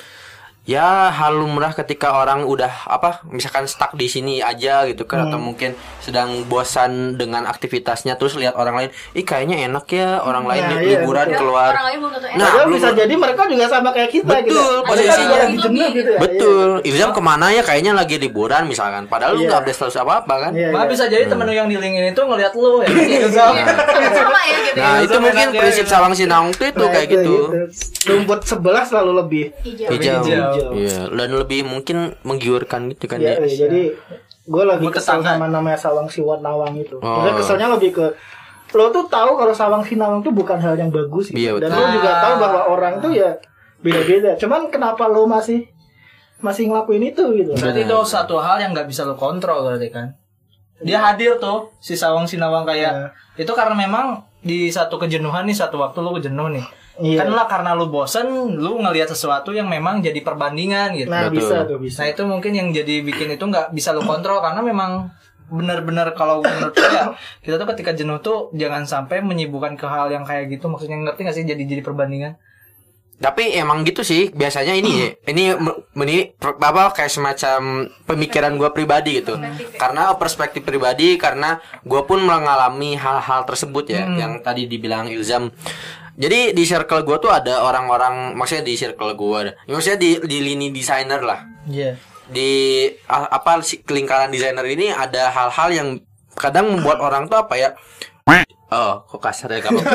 ya hal lumrah ketika orang udah apa misalkan stuck di sini aja gitu kan atau mungkin sedang bosan dengan aktivitasnya terus lihat orang lain, ih kayaknya enak ya orang lain Nah, li- iya, liburan betul. keluar. Orang lain belum tentu enak. Nah, Padahal belum- bisa jadi mereka juga sama kayak kita gitu. Betul, Mereka posisinya. juga lagi jenuh gitu ya. Betul. Ilzam kemana ya kayaknya lagi liburan misalkan. Padahal lu Iya. nggak update status apa-apa kan. Iya, Malah iya. bisa jadi temen lu yang di LinkedIn itu ngeliat lu ya. Ilzam. Sama ya gitu ya. Nah, itu Ilzam mungkin enaknya prinsip gitu. sawang sinawang itu, itu Nah, kayak itu, gitu. Rumput sebelah selalu lebih Hijau. Hijau. hijau. Iya, dan lebih mungkin menggiurkan gitu kan ya, ya. iya, jadi gue lagi Gua kesel tetangga. sama namanya sawang siwat nawang itu. Oh. Maksudnya keselnya lebih ke lo tuh tahu kalau sawang sinawang itu bukan hal yang bagus gitu. Iya, Dan betul. lo juga tahu bahwa orang tuh ya beda-beda. Cuman kenapa lo masih masih ngelakuin itu gitu? Berarti itu satu hal yang nggak bisa lu kontrol berarti kan. Dia hadir tuh si sawang sinawang kayak Iya. itu karena memang di satu kejenuhan nih satu waktu lu kejenuh nih. Iya. Kan lah karena lu bosen lu ngelihat sesuatu yang memang jadi perbandingan gitu. Nah, Betul. bisa tuh bisa. Nah itu mungkin yang jadi bikin itu nggak bisa lu kontrol karena memang benar-benar kalau menurut saya kita tuh ketika jenuh tuh jangan sampai menyibukkan ke hal yang kayak gitu, maksudnya ngerti nggak sih jadi jadi perbandingan. Tapi emang gitu sih biasanya ini ya. Ini m- ini per- apa kayak semacam pemikiran gua pribadi gitu. Karena perspektif pribadi karena gua pun mengalami hal-hal tersebut ya yang tadi dibilang Ilzam. Jadi di circle gua tuh ada orang-orang maksudnya di circle gua ada. Ya, maksudnya di di lini desainer lah. Iya. Di a- apa si lingkaran desainer ini ada hal-hal yang kadang membuat orang tuh apa ya? Oh, kok kasar ya kamu?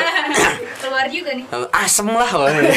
Keluar juga nih. Asem lah.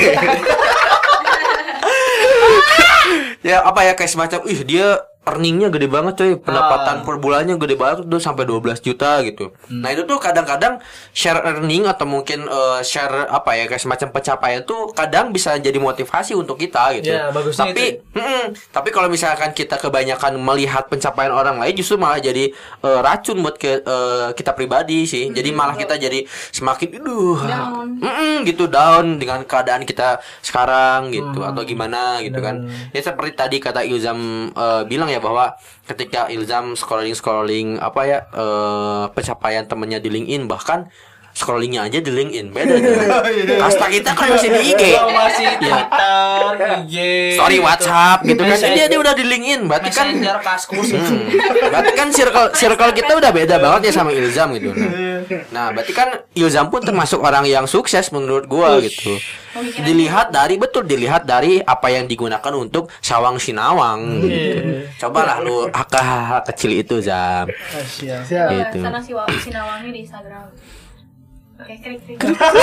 Ya apa ya kayak semacam ih dia earningnya gede banget coy, pendapatan Ah. per bulannya gede banget tuh sampai dua belas juta gitu. Nah itu tuh kadang-kadang share earning atau mungkin eh, share apa ya kayak semacam pencapaian tuh kadang bisa jadi motivasi untuk kita gitu. Ya, bagusnya Tapi mm-mm, tapi kalau misalkan kita kebanyakan melihat pencapaian orang lain justru malah jadi eh, racun buat ke, eh, kita pribadi sih. Jadi malah kita jadi semakin aduh Down. Mm-mm, gitu down dengan keadaan kita sekarang gitu atau gimana gitu kan. Ya seperti tadi kata Ilzam eh, bilang ya bahwa ketika Ilzam scrolling scrolling apa ya eh, pencapaian temennya di LinkedIn bahkan scrollingnya aja di LinkedIn beda tuh. Kasta kita kan masih di I G, masih Twitter, I G, story gitu. WhatsApp gitu kan. Messenger. Dia dia udah di LinkedIn, berarti kan Messenger, Kaskus. Hmm. Berarti kan circle circle kita udah beda banget ya sama Ilzam gitu. Nah, nah berarti kan Ilzam pun termasuk orang yang sukses menurut gua gitu. Dilihat dari betul dilihat dari apa yang digunakan untuk Sawang Sinawang gitu. Cobalah lu hal kecil itu Zam. Siap. Siap. Gitu. Sana si Wa- Sinawangnya di Instagram. Oke, klik klik.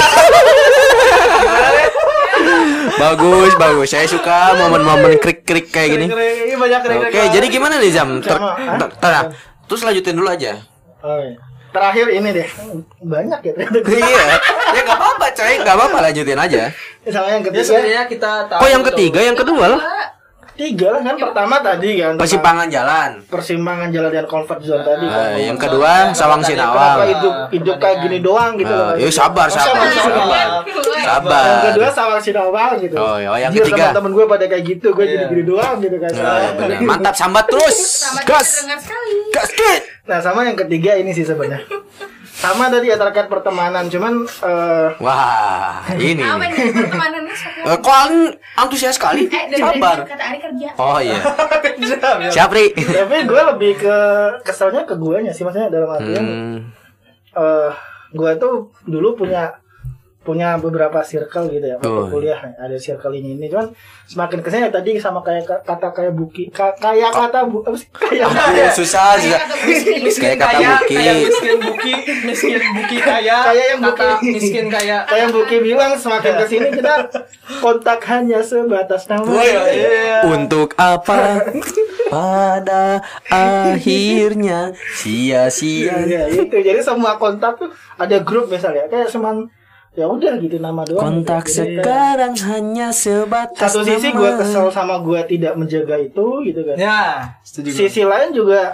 Bagus, bagus. Saya suka momen-momen krik-krik kayak gini. Ini banyak kering-kering. Oke, jadi gimana nih Zam? Ter- Sama, hah? ter- ter- terus lanjutin dulu aja. Oh, iya. Terakhir ini deh. Banyak ya ternyata. Iya, ya nggak apa-apa, coy, nggak apa-apa lanjutin aja. Sama yang Ya ketiga. sebenarnya kita tahu. Kok yang ketiga, yang kedua lah? Tiga lah kan, pertama tadi kan Persimpangan jalan. persimpangan jalan dan comfort zone tadi kan. Eh, yang kedua Sawang Kenapa Sinawang. hidup hidup kayak gini doang gitu loh. Eh, yuk sabar, Oh, sabar, sabar. sabar. Sabar. Yang kedua Sawang Sinawang gitu. Oh, ya, yang Jir, ketiga. teman-teman gue pada kayak gitu, gue Iya. jadi gini doang gitu kan. Oh, ya benar. Mantap, sambat terus. Sama Gas. terdengar sekali. Gas kit. Nah, sama yang ketiga ini sih sebenarnya. Sama tadi ya terkait pertemanan, cuman eh Wah, ini. Apa nih. ini pertemanannya Eh, sekarang? kok Alin antusias sekali? Eh, dari Sabar. kata Ari kerja. Oh iya. Siap, Ri. tapi gue lebih ke keselnya ke guanya sih, maksudnya dalam artian Hmm. eh gue tuh dulu punya punya beberapa circle gitu ya waktu Oh. kuliah, ada circle ini ini cuman semakin kesini ya tadi sama kayak ka- kata kayak buki ka- kayak kata bu apa sih kayak Iya, susah susah. miskin Kayak kata kaya, Buki. kayak miskin buki, miskin buki kaya, Kayak yang kata Buki. miskin kaya. kayak buki bilang semakin kesini kita kontak hanya sebatas nama. Oh, iya, iya. Untuk apa? Pada akhirnya sia-sia. Iya itu, jadi semua kontak tuh ada grup misalnya kayak cuman ya udah gitu nama doang. Kontak gitu. Jadi kayak sekarang hanya sebatas satu sisi nama. gue kesel sama gue tidak menjaga itu gitu kan. Ya, setuju. Sisi lain juga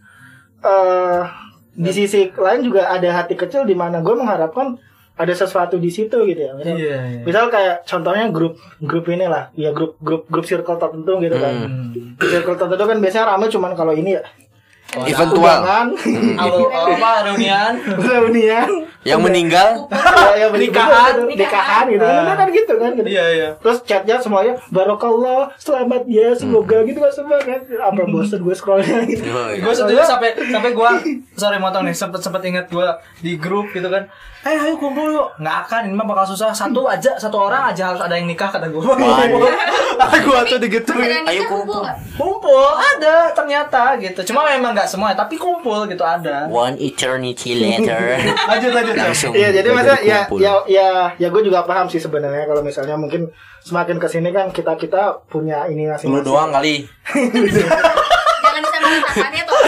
eh di sisi lain juga ada hati kecil di mana gue mengharapkan ada sesuatu di situ gitu ya. Misal, Iya, iya. misal kayak contohnya grup grup ini lah, ya grup grup grup circle tertentu gitu kan. Hmm. Circle tertentu kan biasanya ramai cuman kalau ini ya Eventual undangan, Halo, apa reunian? reunian, yang meninggal. ya, ya, Nikahan. bener-bener, nikahan gitu kan, udah kan gitu kan. Gitu. Iya, iya. Terus chatnya semuanya barokallah, selamat ya, semoga gitu kan semua kan. Apa bosen gue scrollnya gitu. Oh, iya. Gue setuju sampai sampai gue sorry motong nih sempet sempet ingat gue di grup gitu kan. Eh ayo kumpul yuk. Nggak akan, ini mah bakal susah. Satu aja, satu orang aja harus ada yang nikah kata gue. Gue tuh digituin. Ayo kumpul kumpul. nggak? Kumpul ada ternyata gitu. Cuma memang nggak semua, tapi kumpul gitu ada. One eternity later. Lanjut lanjut. Langsung. Iya, jadi maksudnya ya kumpul. ya ya ya gue juga paham sih sebenarnya kalau misalnya mungkin semakin kesini kan kita kita punya ini Lu masing-masing. doang kali. Jangan disamakan tangannya tuh.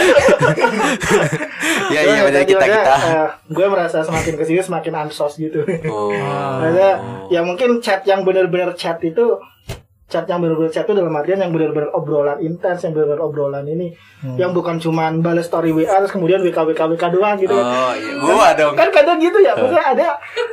Ya iya benar kita kita. gue merasa semakin kesini semakin ansos gitu. Oh. Maksudnya, ya mungkin chat yang benar-benar chat itu chat yang benar-benar chat itu dalam artian yang benar-benar obrolan intens, yang benar-benar obrolan ini, yang bukan cuman balas story W A terus kemudian W K W K W K doang gitu kan. Oh iya, gua dong. Kan kadang gitu ya, maksudnya ada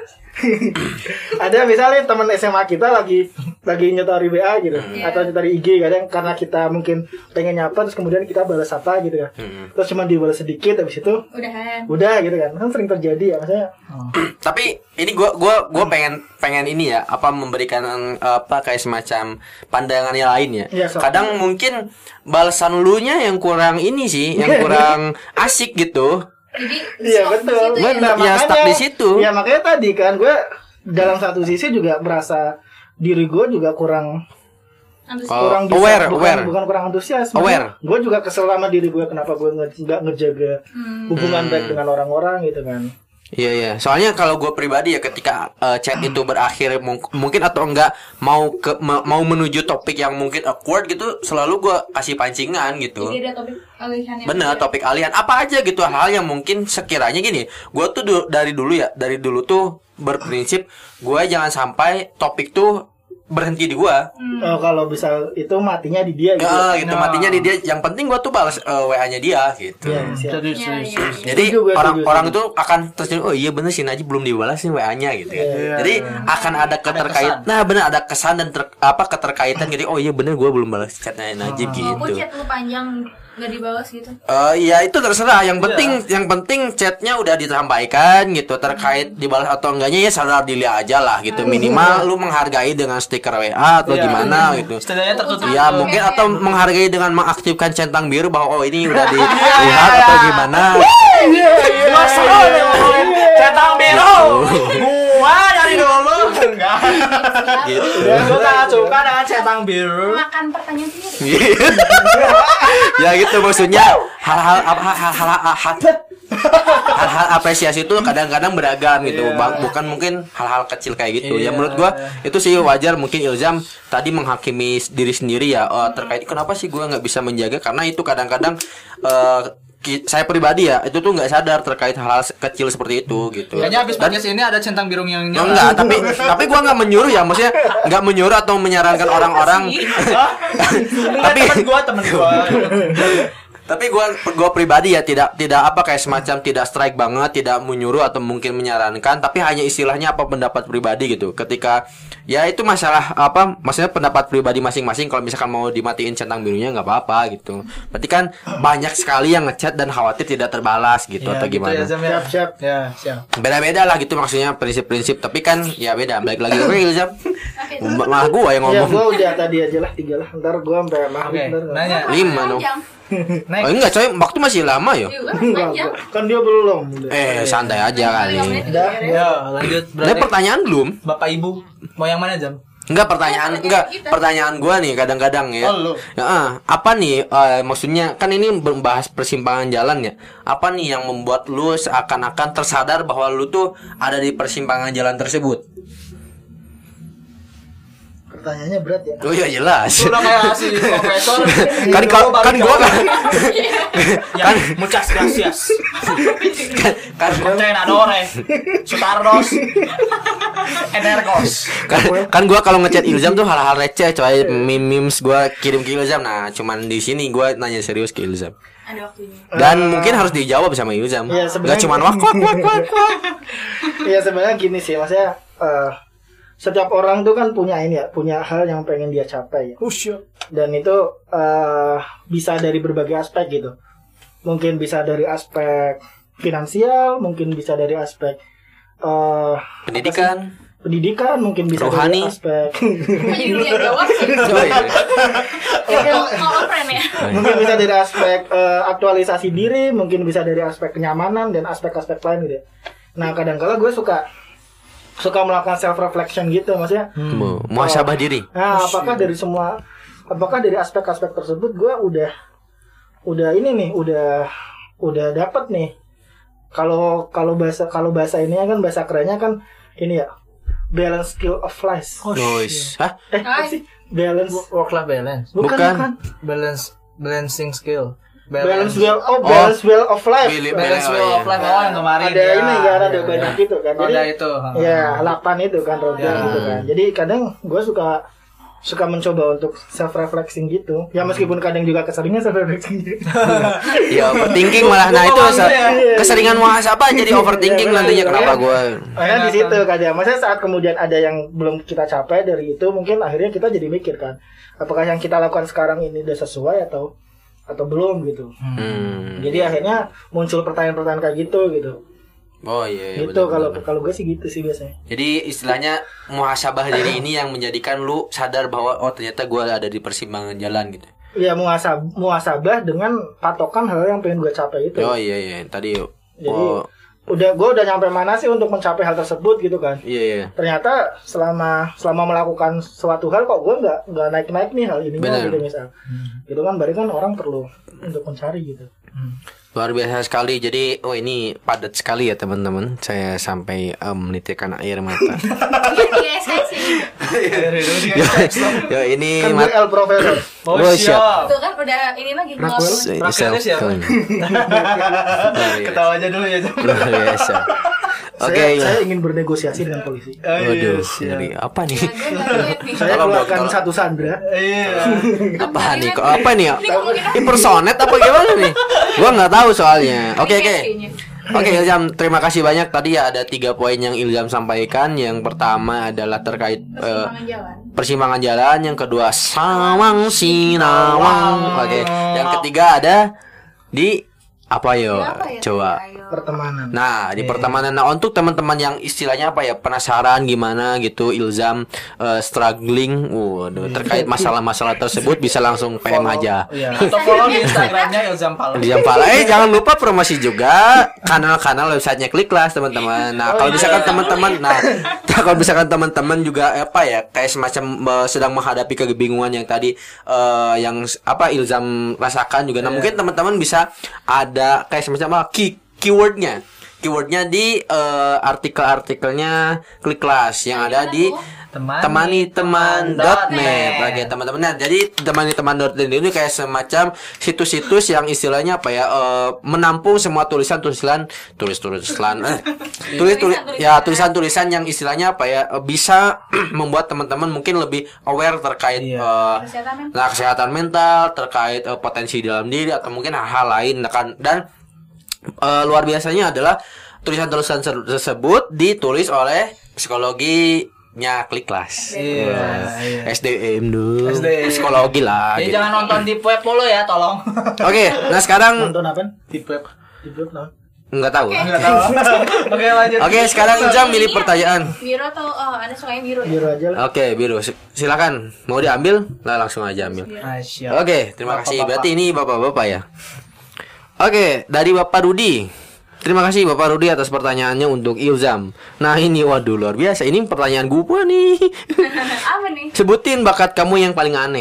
ada misalnya teman S M A kita lagi lagi nyetori W A gitu atau nyetori I G kadang karena kita mungkin pengen nyapa terus kemudian kita balas apa gitu kan. Terus cuma dibalas sedikit habis itu Udahan. udah gitu kan. Kan sering terjadi ya maksudnya. Tapi ini gua gua gua pengen pengen ini ya apa memberikan apa kayak semacam pandangan yang lain ya. Iya, so. Kadang mungkin balasan lu nya yang kurang ini sih, yang kurang asik gitu. Jadi Iya stop betul. di situ ya. Bener. Ya, stuck di situ. Ya makanya tadi kan gue dalam satu sisi juga merasa diri gue juga kurang Antusias. Oh, kurang bisa aware, bukan, aware. bukan kurang antusias. Aware. Gue juga kesel sama diri gue kenapa gue nge- nggak ngejaga Hmm. hubungan baik dengan orang-orang gitu kan. Iya iya. Soalnya kalau gue pribadi ya ketika uh, chat itu berakhir mung- mungkin atau enggak mau ke ma- mau menuju topik yang mungkin awkward gitu, selalu gue kasih pancingan gitu. Jadi ada topik alihan yang Bener, topik alian apa aja gitu, hal yang mungkin sekiranya gini. Gue tuh du- dari dulu ya, dari dulu tuh berprinsip gue jangan sampai topik tuh berhenti di gue. Oh, kalau bisa itu matinya di dia gitu. Ya, gitu Nah. matinya di dia. Yang penting gue tuh balas uh, W A-nya dia gitu. Iya, siap. Setuju, Iya, setuju, iya, setuju. iya. Jadi Setuju gue, orang-orang setuju, itu akan terus oh iya bener sih Najib belum dibalas nih W A-nya gitu ya. Iya. Jadi akan ada keterkait. kesan. Nah, bener ada kesan dan ter- apa keterkaitan gitu. Oh iya bener gue belum balas chatnya Najib Walaupun gitu. chat lu panjang Nggak dibalas gitu. Eh ya itu terserah. Yang penting Iya. yang penting chatnya udah disampaikan gitu. Terkait dibalas atau enggaknya ya sadar diri aja lah gitu. Minimal lu menghargai dengan stiker W A atau Iya. gimana gitu. Setidaknya tertutup. Ya mungkin atau menghargai dengan mengaktifkan centang biru bahwa oh ini udah dilihat atau gimana. Masalah nih ngomongin centang biru. Gua dari dulu enggak. Gitu. Gua sangat suka dengan centang biru. Makan pertanyaan sendiri. Ya gitu maksudnya hal-hal apa hal-hal hal-hal hal-hal apresiasi itu kadang-kadang beragam gitu. Bang, bukan mungkin hal-hal kecil kayak gitu. Ya menurut gua itu sih wajar. Mungkin Ilzam tadi menghakimi diri sendiri ya eh, terkait kenapa sih gua nggak bisa menjaga, karena itu kadang-kadang eh, ki- saya pribadi ya itu tuh nggak sadar terkait hal-hal kecil seperti itu gitu. Kayaknya habis Dan podcast ini ada centang biru yang Oh, enggak, tapi tapi gua nggak menyuruh ya, maksudnya nggak menyuruh atau menyarankan orang-orang. tapi temen gua temen gua. Tapi gua gua pribadi ya tidak tidak apa kayak semacam tidak strike banget, tidak menyuruh atau mungkin menyarankan, tapi hanya istilahnya apa pendapat pribadi gitu. Ketika ya itu masalah apa maksudnya pendapat pribadi masing-masing. Kalau misalkan mau dimatiin centang birunya nggak apa-apa gitu. Berarti kan banyak sekali yang ngechat dan khawatir tidak terbalas gitu atau gitu gimana. ya, Zam, ya. Siap, siap. Ya, siap. Beda-beda lah gitu maksudnya prinsip-prinsip, tapi kan ya beda. Balik lagi gue Ilzam. Malah gua yang Ya ngomong. gua udah tadi aja lah tiga lah. Ntar gua sampai Oke, maghrib ntar. nanya. Lima dong. Panjang. Next. Oh enggak coy, waktu masih lama ya. Iya, Enggak, panjang. gua- kan dia belum. Udah. Eh santai aja kali. Udah. Ya, lanjut. Ada Berarti pertanyaan belum? Bapak Ibu mau yang mana, Jam? Enggak pertanyaan, Oh, enggak kita. pertanyaan gua nih kadang-kadang ya. Oh, lu. Ya, ah, apa nih eh, maksudnya kan ini membahas persimpangan jalan ya. Apa nih yang membuat lu seakan-akan tersadar bahwa lu tuh ada di persimpangan jalan tersebut? Pertanyaannya berat ya. Oh iya jelas. Udah kayak si profesor. kan kau- kan gua kan kan muchas gracias. kan kan, Entrenadore. Sutardos. Energos. kan, kan gua kalau ngechat Ilzam tuh hal-hal receh coy, meme-memes gua kirim ke Ilzam. Nah, cuman di sini gua nanya serius ke Ilzam. Ada waktunya. Dan mungkin harus dijawab sama Ilzam. Iya, sebenarnya- Enggak cuman wak wak wak wak. wak. Iya sebenarnya gini sih, maksudnya eh, setiap orang tuh kan punya ini ya, punya hal yang pengen dia capai ya. Dan itu eh, bisa dari berbagai aspek gitu. Mungkin bisa dari aspek finansial, mungkin bisa dari aspek eh, Pendidikan. pendidikan, mungkin bisa Rohani. dari aspek Kok jadi lu yang jawab sih? Oh, iya. Kalau kalau friend ya. mungkin bisa dari aspek eh, aktualisasi diri, mungkin bisa dari aspek kenyamanan dan aspek-aspek lain gitu ya. Nah kadang-kala gue suka suka melakukan self reflection gitu, maksudnya Mu- Muhasabah diri. nah apakah dari semua apakah dari aspek-aspek tersebut gue udah udah ini nih udah udah dapat nih, kalau kalau bahasa kalau bahasa ini kan bahasa kerennya kan ini ya, balance skill of life. Noise. Hah? Eh apa sih balance Work life balance. bukan Bukan. bukan Balance balancing skill. balance well oh balance well of life. Billy- balance Oh, wheel iya. of life oh yang kemarin. Ada ya. ini kan ada Ya, banyak ya. gitu kan. Oh, Jadi ada itu. ya delapan itu kan roda Ya. gitu kan. Jadi kadang gue suka suka mencoba untuk self reflecting gitu. Ya meskipun kadang juga keseringan self reflecting gitu. Ya overthinking malah. Nah itu sa- keseringan muhasabah jadi overthinking Iya, nantinya. benar. Kenapa gue Makanya di situ kadang, maksudnya saat kemudian ada yang belum kita capai dari itu, mungkin akhirnya kita jadi mikir kan, apakah yang kita lakukan sekarang ini udah sesuai atau atau belum gitu. hmm. Jadi akhirnya muncul pertanyaan-pertanyaan kayak gitu gitu. Oh iya, iya gitu benar, kalau benar. kalau gue sih gitu sih biasanya. Jadi istilahnya muhasabah diri ini yang menjadikan lu sadar bahwa oh ternyata gue ada di persimpangan jalan gitu. Ya muhasabah, muhasabah dengan patokan hal yang pengen gue capai itu. Oh iya iya tadi. Jadi Oh udah gue udah nyampe mana sih untuk mencapai hal tersebut gitu kan. iya iya. Ternyata selama selama melakukan suatu hal kok gue nggak nggak naik naik nih hal ini Benar. gitu misal. Gitu kan berarti kan orang perlu untuk mencari gitu. Luar biasa sekali. Jadi oh ini padat sekali ya teman-teman. Saya sampai um, menitikkan air mata. Iya, saya sih. Yo ini Kan gue mat. L profesor. Oh, Oh, siap. Tuh kan udah ini lagi Rockwell. ngelakuin. Rakyatnya siapa? Ketawa aja dulu ya. Jam. Luar biasa. Oke. Saya, saya ingin bernegosiasi dengan polisi. Waduh, ngeri. Apa nih? Gue nggak lihat nih. Saya Tolong, keluarkan tolong. satu sandra. Iya. Apa nih? Kok apa nih? Ini kemungkinan Impersonate apa gimana nih? Gua nggak tahu soalnya. Oke oke. kayaknya. Oke Ilzam, terima kasih banyak. Tadi ya ada tiga poin yang Ilzam sampaikan. Yang pertama adalah terkait eh, Persimpangan jalan. persimpangan jalan, yang kedua Sawang Sinawang. Oke, yang ketiga ada di apa yo? Apa ya? Coba. Ayo. Pertemanan. Nah, di pertemanan. Nah, untuk teman-teman yang istilahnya apa ya, penasaran gimana gitu, Ilzam uh, struggling, waduh, terkait masalah-masalah tersebut bisa langsung P M aja. Iya. Atau follow di Instagramnya Ilzam Pala. Ilzam Pala. Eh, jangan lupa promosi juga kanal-kanal websitenya Klik Kelas, teman-teman. Nah, kalau misalkan teman-teman, nah, kalau misalkan teman-teman juga apa ya, kayak semacam uh, sedang menghadapi kebingungan yang tadi uh, yang apa Ilzam rasakan juga. Nah, mungkin teman-teman bisa ada kayak semacam apa key keywordnya keywordnya di uh, artikel-artikelnya Klik Kelas yang ada di temani teman dot net. Oke, teman-teman. Nah, jadi temani teman dot net ini kayak semacam situs-situs yang istilahnya apa ya, uh, menampung semua tulisan-tulisan tulis-tulisan eh, tulis-tulis ya tulisan-tulisan yang istilahnya apa ya, uh, bisa membuat teman-teman mungkin lebih aware terkait Iya. uh, Kesehatan mental. nah kesehatan mental, terkait uh, potensi dalam diri atau mungkin hal-hal lain kan. Dan Uh, luar biasanya adalah tulisan-tulisan tersebut ditulis oleh psikologinya Klik Kelas. Iya, Wah, iya. S D M dulu. S D M. Psikologi lah. Jadi gitu. jangan nonton di web mulu ya, tolong. Oke, nah sekarang Nonton apa? Di web. Di blog no? nggak tahu. Enggak tahu. Oke, lanjut. Oke, sekarang Ilzam milih pertanyaan. Biru atau oh, ada sukanya biru ya? Biru aja lah. Oke, biru. Si- Silakan. Mau diambil? Nah, langsung aja ambil. Ah, siap. Oke, terima kasih. Bapak-bapak. Berarti ini bapak-bapak ya. Oke, dari Bapak Rudi. Terima kasih Bapak Rudi atas pertanyaannya untuk Ilzam. Nah ini waduh luar biasa. Ini pertanyaan gua nih. Apa nih? Sebutin bakat kamu yang paling aneh.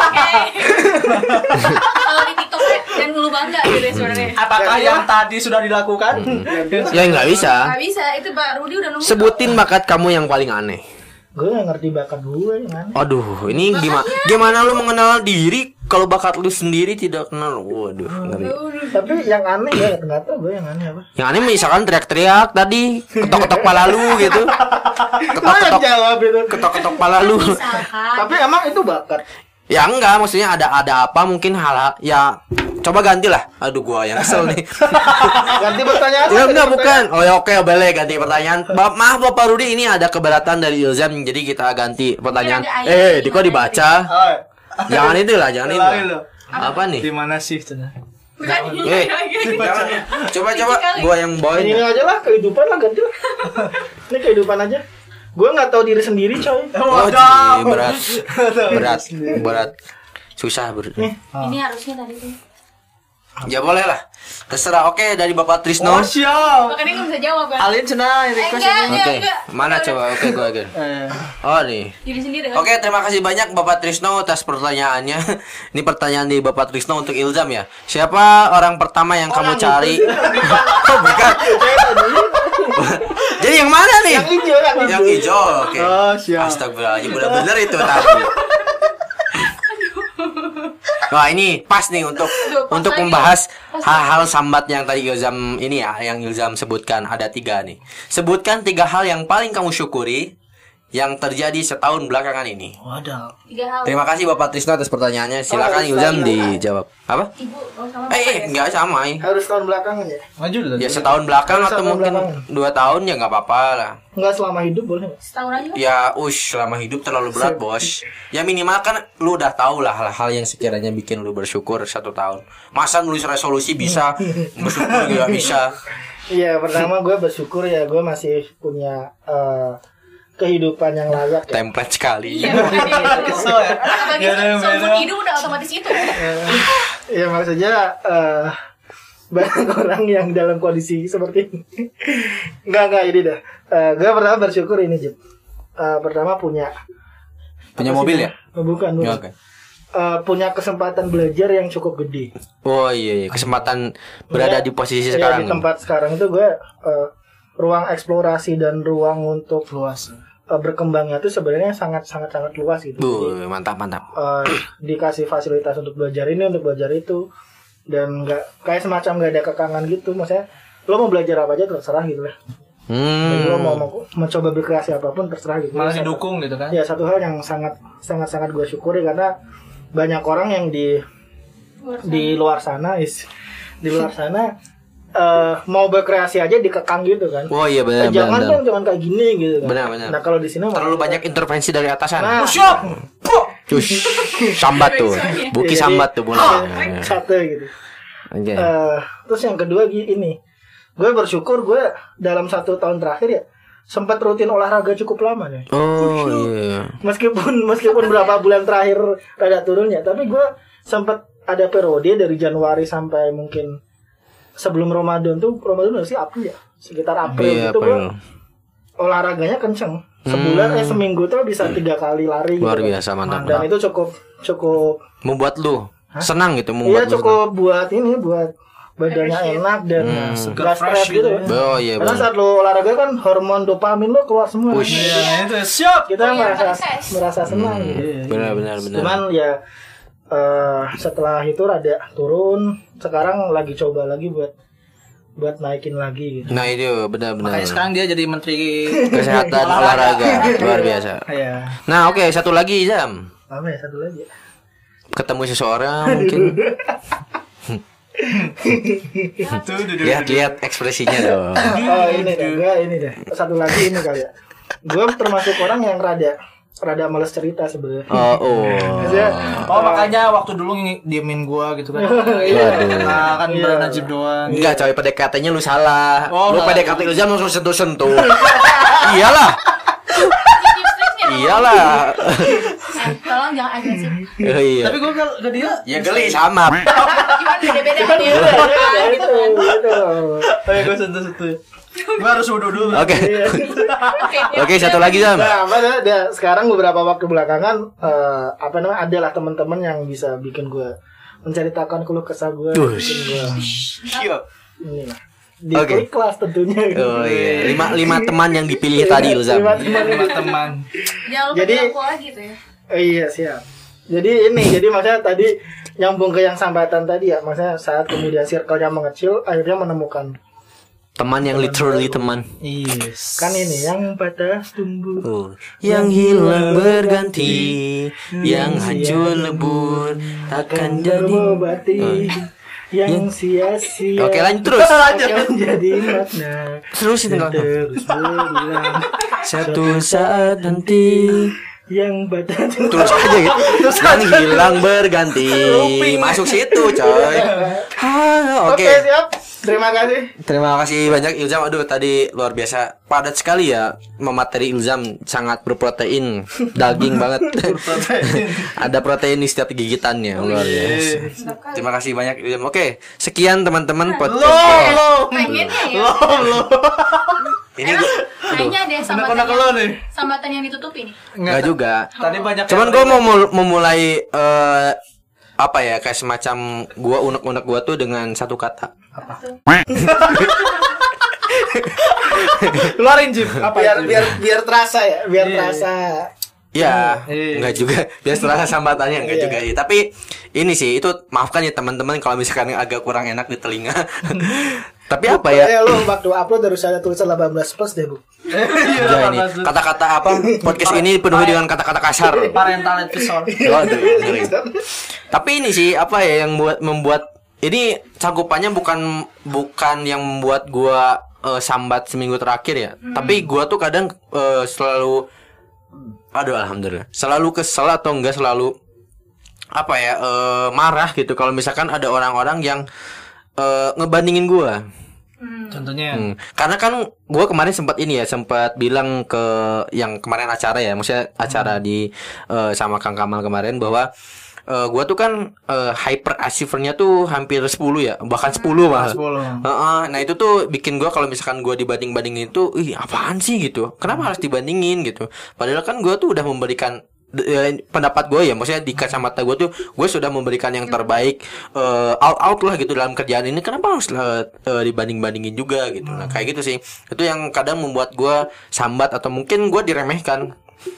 Kalau di TikTok ya, dan lu bangga gitu ya sebenarnya. Apakah yang tadi sudah dilakukan? Ya nggak bisa. Gak bisa, itu Pak Rudi udah nunggu. Sebutin bakat kamu yang paling aneh. Gue gak ngerti bakat gue yang aneh. Aduh, ini gimana? Gimana lu mengenal diri kalau bakat lu sendiri tidak kenal? Waduh, ngeri. Tapi yang aneh ya nggak tahu gue yang aneh apa. Yang aneh misalkan teriak-teriak tadi, ketok-ketok pala lu gitu. Gue yang Ketok-ketok jawab itu. ketok-ketok pala lu. Misalkan. Tapi emang itu bakat. Ya enggak, maksudnya ada ada apa mungkin hal ya coba gantilah. Aduh gua yang kesel nih. Ganti pertanyaan. Ya enggak bukan. Oh ya oke boleh ganti pertanyaan. Ba maaf Bapak Rudi, ini ada keberatan dari Ilzam jadi kita ganti pertanyaan. Ada ayat Eh, di di kok mana dibaca? Oh, Jangan itu lah, jangan itu. Ulangi lu. Apa nih? Di mana sih cenah? Bukan Eh, jangan. Coba coba gua yang bawain. Ini aja lah kehidupan lah ganti lah. Ini kehidupan aja. Gue nggak tahu diri sendiri coy. Oh, jee, berat. Berat, berat. Susah ber. Ini harusnya tadi tuh. Ya boleh lah. Terserah. Oke, dari Bapak Trisno. Oh, siap. Makanya nggak bisa jawab kan? Alin cenah Eh, request enggak, ini. enggak, Oke. enggak. Mana coba? Oke, gua agen. Eh, Oh, nih. Diri sendiri kan? Oke, terima kasih banyak Bapak Trisno atas pertanyaannya. Ini pertanyaan di Bapak Trisno untuk Ilzam ya. Siapa orang pertama yang kamu cari? Oh, bukan. Jadi yang mana nih? Yang hijau yang hijau. Yang hijau. Oke. Oh, siap. Astagfirullahaladzim, udah bener itu tadi. Wah, ini pas nih untuk Aduh, pas untuk lagi. membahas Pas hal-hal sambat yang tadi Ilzam ini ya, yang Ilzam sebutkan ada tiga nih. Sebutkan tiga hal yang paling kamu syukuri yang terjadi setahun belakangan ini. Waduh. Tiga hal. Terima kasih Bapak Trisno atas pertanyaannya. Silakan harus Ilzam tahun dijawab. Apa? Ibu, oh sama Eh, bapak eh ya? enggak sama. eh. Harus tahun belakangan ya. Maju dulu. Ya setahun belakang Harus atau setahun mungkin belakangan. dua tahun ya nggak apa-apa lah. Nggak selama hidup boleh nggak? Setahun aja. Ya, ush, selama hidup terlalu berat, Bos. Ya minimal kan lu udah tahu lah hal-hal yang sekiranya bikin lu bersyukur satu tahun. Masa nulis resolusi bisa, bersyukur juga bisa. Iya, pertama gue bersyukur ya gue masih punya eh, kehidupan yang layak ya. Template sekali. Iya, makanya gitu. Kesel ya. Apalagi Gak ada yang seumur beda. hidup udah otomatis itu. Ya maksudnya eh, banyak orang yang dalam kondisi seperti ini. Enggak enggak ini dah. Eh, gue pertama bersyukur ini Jep. Eh, pertama punya Punya apa sih mobil ya? namanya? Oh, bukan, bukan. Ya, oke. Eh, punya kesempatan belajar yang cukup gede. Oh iya, iya. Kesempatan berada di posisi Iya, sekarang. di tempat sekarang itu gue eh, ruang eksplorasi dan ruang untuk Luas. eh, berkembangnya itu sebenarnya sangat sangat sangat luas gitu. Jadi, Bu, mantap mantap. eh, dikasih fasilitas untuk belajar ini untuk belajar itu dan nggak kayak semacam nggak ada kekangan gitu, maksudnya lo mau belajar apa aja terserah gitu lah. Jadi lo mau, Hmm. mau mencoba berkreasi apapun terserah gitu. Malah Satu- didukung gitu kan. Ya satu hal yang sangat sangat sangat gue syukuri karena banyak orang yang di di luar sana is di luar sana uh, mau berkreasi aja dikekang gitu kan. Oh iya benar. Eh, jangan benar, dong, jangan kayak gini gitu kan. Benar, benar. Nah kalau di sini terlalu banyak intervensi dari atasan. Nah, Cush, sambat tuh, Buki Jadi, sambat tuh mulai. satu gitu. Oke. Uh, terus yang kedua gini, gue bersyukur gue dalam satu tahun terakhir ya sempat rutin olahraga cukup lama ya. Oh iya. Meskipun meskipun berapa bulan terakhir rada turunnya, tapi gue sempat ada periode dari Januari sampai mungkin sebelum Ramadan tuh, Ramadan udah sih April ya, sekitar April Iya, itu gue April. olahraganya kenceng. Sebulan Hmm. eh seminggu tuh bisa tiga kali lari Luar gitu. biasa, mantap. Dan itu cukup cukup Membuat lu senang gitu, iya membuat lu cukup buat ini buat badannya enak dan Hmm. nggak stres gitu ya. senang. Oh iya Karena benar. saat lo olahraga kan hormon dopamin lo keluar semua. Ush. Iya, itu siap. Kita Oh iya, merasa sukses. merasa senang. gitu. Hmm, benar benar benar. Cuman ya eh, setelah itu rada turun, sekarang lagi coba lagi buat buat naikin lagi gitu. Nah itu benar-benar. Makanya sekarang dia jadi menteri Kesehatan olahraga luar biasa. Iya. Nah oke satu lagi Zam. Apa ya satu lagi? Ketemu seseorang mungkin. Lihat-lihat ekspresinya dong. Oh ini deh, gue ini deh. Satu lagi ini kali ya. Gue termasuk orang yang rada rada males cerita sebenarnya. Oh, oh. Maksudnya, Oh makanya waktu dulu ng- diemin gua gitu kan. Waduh. Nah, kan Iya. bernajib doang. Enggak coy P D K T-nya lu salah. Oh, lu salah. P D K T lu Zam langsung sentuh-sentuh. Iyalah. Tips-tipsnya dong. Iyalah. Eh, tolong jangan agresif. Oh, iya. Tapi gua ke, ke dia Ya geli sama. Cuman beda-beda kan ya. Iya, Gitu gitu, kan. gitu. oh, ya, gua sentuh-sentuh. Gua harus wudhu dulu. Oke. Iya. Oke, Oke, satu lagi Zam. Nah, apa dah, dah, sekarang beberapa waktu belakangan eh, apa namanya adalah teman-teman yang bisa bikin gue menceritakan keluh kesah gue, bikin gue ini lah di Oke. klik kelas tentunya. gitu. Oh iya, lima lima teman yang dipilih tadi lu Zam. Lima Iya, teman. lima teman. Jangan lupa Jadi- bilang aku lagi tuh ya. Oh, iya siap. Jadi ini, jadi maksudnya tadi nyambung ke yang sambatan tadi ya, maksudnya saat kemudian circle-nya mengecil, akhirnya menemukan Teman yang literally teman. Yes. kan ini yang patah tumbuh. Oh. Yang hilang berganti, yang hancur lebur, takkan jadi. Mengobati Oh. yang sia-sia. Oke, lanjut terus. Akan jadi makna. Terus itu enggak. Terus berulang. Satu saat nanti Yang patah terus aja gitu. Yang hilang berganti. Masuk situ, coy. Ah, Oke, oke. siap. Terima kasih. Terima kasih banyak Ilzam. Aduh tadi luar biasa padat sekali ya memateri Ilzam, sangat berprotein, daging banget. Ada protein di setiap gigitannya luar biasa. Terima kasih banyak Ilzam. Oke, sekian teman-teman podcast. Pengennya ya. Ini gua, aduh, Kayaknya ada sambatan Kena-kena ke lo nih. yang, sambatan yang ditutupi nih. enggak juga. Tadi banyak Cuman yang- gue mau mul- memulai eh, apa ya kayak semacam gua unek-unek gua tuh dengan satu kata. keluarin Jim. Apa Biar itu? biar biar terasa ya, biar Iya, terasa. Ya, Iya. enggak juga. Biar setelah sambatannya enggak Iya. juga. Ya. Tapi ini sih itu maafkan ya teman-teman kalau misalkan agak kurang enak di telinga. Tapi apa ya? Eh, lo waktu upload harus ada tulisan delapan belas plus deh, Bu. Iya, Ya, ini kata-kata apa? Podcast ini penuh dengan kata-kata kasar. parental episode. Waduh, ngeri. Tapi ini sih apa ya yang buat membuat ini cakupannya bukan bukan yang membuat gua eh, sambat seminggu terakhir ya. Tapi gua tuh kadang eh, selalu aduh alhamdulillah. Selalu kesel atau enggak selalu apa ya eh, marah gitu kalau misalkan ada orang-orang yang eh, ngebandingin gua. Contohnya. Hmm. Karena kan gue kemarin sempat ini ya sempat bilang ke yang kemarin acara ya, maksudnya acara di eh, sama Kang Kamal kemarin bahwa eh, gue tuh kan eh, hyper achiever-nya tuh hampir sepuluh ya, bahkan sepuluh malah. sepuluh. Heeh, nah itu tuh bikin gue kalau misalkan gue dibanding-bandingin itu, ih apaan sih gitu? Kenapa harus dibandingin gitu? Padahal kan gue tuh udah memberikan eh, pendapat gue ya, maksudnya di kacamata gue tuh gue sudah memberikan yang terbaik eh, out out lah gitu dalam kerjaan ini. Kenapa harus eh, eh, dibanding-bandingin juga gitu? Nah kayak gitu sih. Itu yang kadang membuat gue sambat atau mungkin gue diremehkan.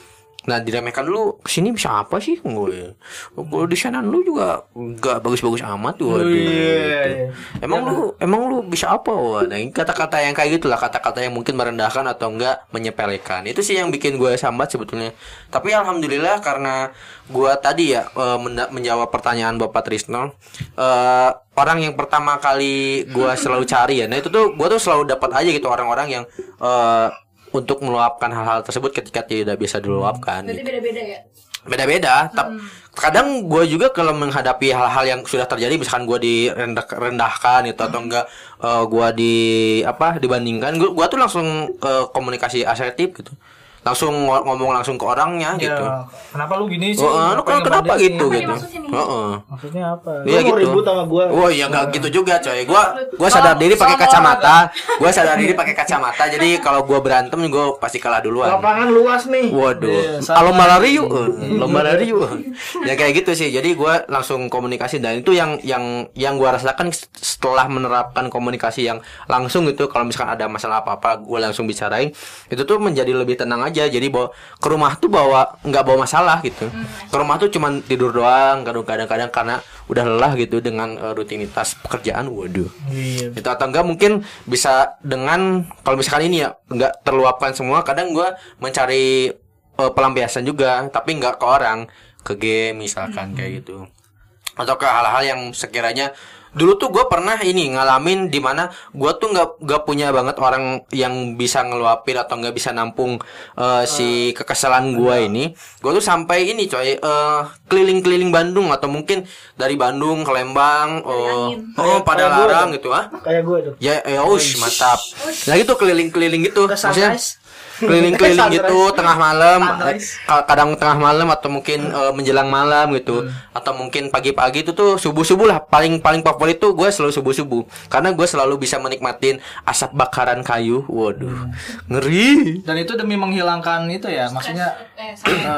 Nah diremehkan lu kesini bisa apa sih gue? Kalau di sana lu juga nggak bagus-bagus amat tuh. Oh, iya, iya. Emang ya, lu emang lu bisa apa? Wah, nah, kata-kata yang kayak gitulah, kata-kata yang mungkin merendahkan atau enggak menyepelekan. Itu sih yang bikin gue sambat sebetulnya. Tapi alhamdulillah karena gue tadi ya uh, men- menjawab pertanyaan Bapak Trisno, uh, orang yang pertama kali gue selalu cari ya. Nah itu tuh gue tuh selalu dapat aja gitu orang-orang yang uh, untuk meluapkan hal-hal tersebut ketika tidak bisa diluapkan. Berarti Gitu. beda-beda ya? Beda-beda. Hmm. Kadang gue juga kalau menghadapi hal-hal yang sudah terjadi, misalkan gue direndahkan itu atau enggak uh, gue di apa dibandingkan, gue gue tuh langsung uh, komunikasi asertif gitu. Langsung ngomong langsung ke orangnya ya, gitu. Kenapa lu gini sih? Oh, lu kan kenapa gitu gitu. Heeh. Maksudnya apa? Iya gitu. Ribut sama gua. Oh iya enggak gitu juga coy. Gua gua sadar diri pakai kacamata. Gua sadar diri pakai kacamata. Jadi kalau gua berantem gua pasti kalah duluan. Lapangan luas nih. Waduh. Lomba lari yuk. Lomba lari yuk. Ya kayak gitu sih. Jadi gua langsung komunikasi dan itu yang yang yang gua rasakan setelah menerapkan komunikasi yang langsung itu, kalau misalkan ada masalah apa-apa gua langsung bicarain. Itu tuh menjadi lebih tenang aja. Jadi bawa ke rumah tuh bawa nggak bawa masalah gitu. Ke rumah tuh cuman tidur doang, kadang-kadang karena udah lelah gitu dengan uh, rutinitas pekerjaan. Waduh. Iya. Itu atau enggak mungkin bisa dengan kalau misalkan ini ya nggak terluapkan semua. Kadang gue mencari uh, pelampiasan juga, tapi nggak ke orang, ke game misalkan kayak gitu. Atau ke hal-hal yang sekiranya dulu tuh gue pernah ini ngalamin di mana gue tuh nggak nggak punya banget orang yang bisa ngeluapin atau nggak bisa nampung uh, si kekesalan gue ini. Gue tuh sampai ini coy uh, keliling-keliling Bandung atau mungkin dari Bandung ke Lembang, uh, oh pada larang gitu ah. Kayak gue tuh. Ya, ya ush, mantap. Nah gitu keliling-keliling gitu. Maksudnya keliling-keliling gitu tengah malam, kadang tengah malam atau mungkin uh, menjelang malam gitu, hmm. atau mungkin pagi-pagi itu tuh subuh-subuh lah. Paling paling favorit tuh gue selalu subuh-subuh karena gue selalu bisa menikmatin asap bakaran kayu. Waduh, hmm. ngeri. Dan itu demi menghilangkan itu ya, maksudnya eh,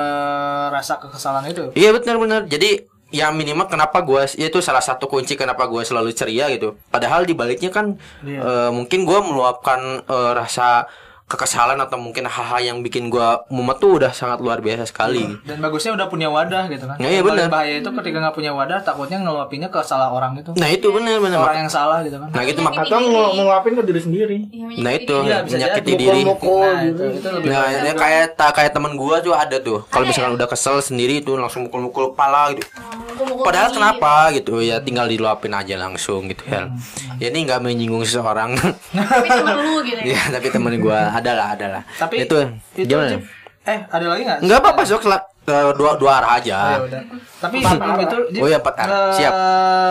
uh, rasa kekesalan itu. Iya benar-benar. Jadi ya minimal kenapa gue itu salah satu kunci kenapa gue selalu ceria gitu. Padahal di baliknya kan yeah. uh, mungkin gue meluapkan uh, rasa kekesalan atau mungkin hal-hal yang bikin gua mumet tuh udah sangat luar biasa sekali. Dan bagusnya udah punya wadah gitu kan. Nah, iya benar. Bahaya itu ketika nggak punya wadah, takutnya ngeluapinnya ke salah orang itu. Nah itu benar benar. Orang yang salah gitu kan. Nah gitu mak atau ngeluapin ke diri sendiri. Nah itu ya, menyakiti diri. Nah, itu, itu lebih nah ya, kayak ta, kayak teman gua tuh ada tuh. Kalau misalkan udah kesel sendiri tuh langsung mukul-mukul kepala gitu. Padahal kenapa gitu ya, tinggal diluapin aja langsung gitu ya. Ya ini nggak menyinggung seseorang. Tapi temen lu gitu ya. Ya tapi temen gua adalah adalah. Tapi itu, itu gimana? Eh ada lagi nggak? Nggak apa-apa sok uh, dua dua arah aja. Oh, ya tapi sebelum itu oh ya empat arah. Uh, siap.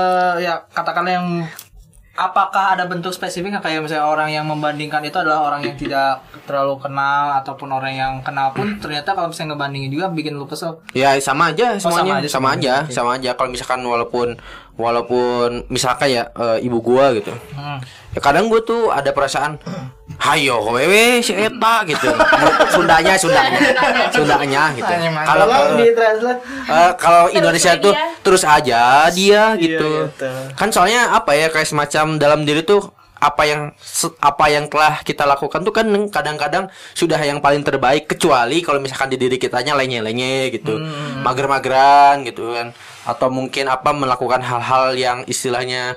Ya katakanlah yang apakah ada bentuk spesifik kayak misalnya orang yang membandingkan itu adalah orang yang tidak terlalu kenal ataupun orang yang kenal pun ternyata kalau misalnya ngebandingin juga bikin lu kesel. Ya sama aja semuanya, oh, sama aja sama aja, okay. sama aja. Kalau misalkan walaupun walaupun misalkan ya e, ibu gua gitu. Hmm. Ya kadang gua tuh ada perasaan hayo wewe si eta gitu. Sundanya Sundanya. Sundanya gitu. Kalau uh, kalau Indonesia tuh terus aja dia gitu. Kan soalnya apa ya kayak semacam dalam diri tuh apa yang apa yang telah kita lakukan tuh kan kadang-kadang sudah yang paling terbaik, kecuali kalau misalkan di diri kitanya lenye-lenye gitu, hmm. mager-mageran gitu kan, atau mungkin apa melakukan hal-hal yang istilahnya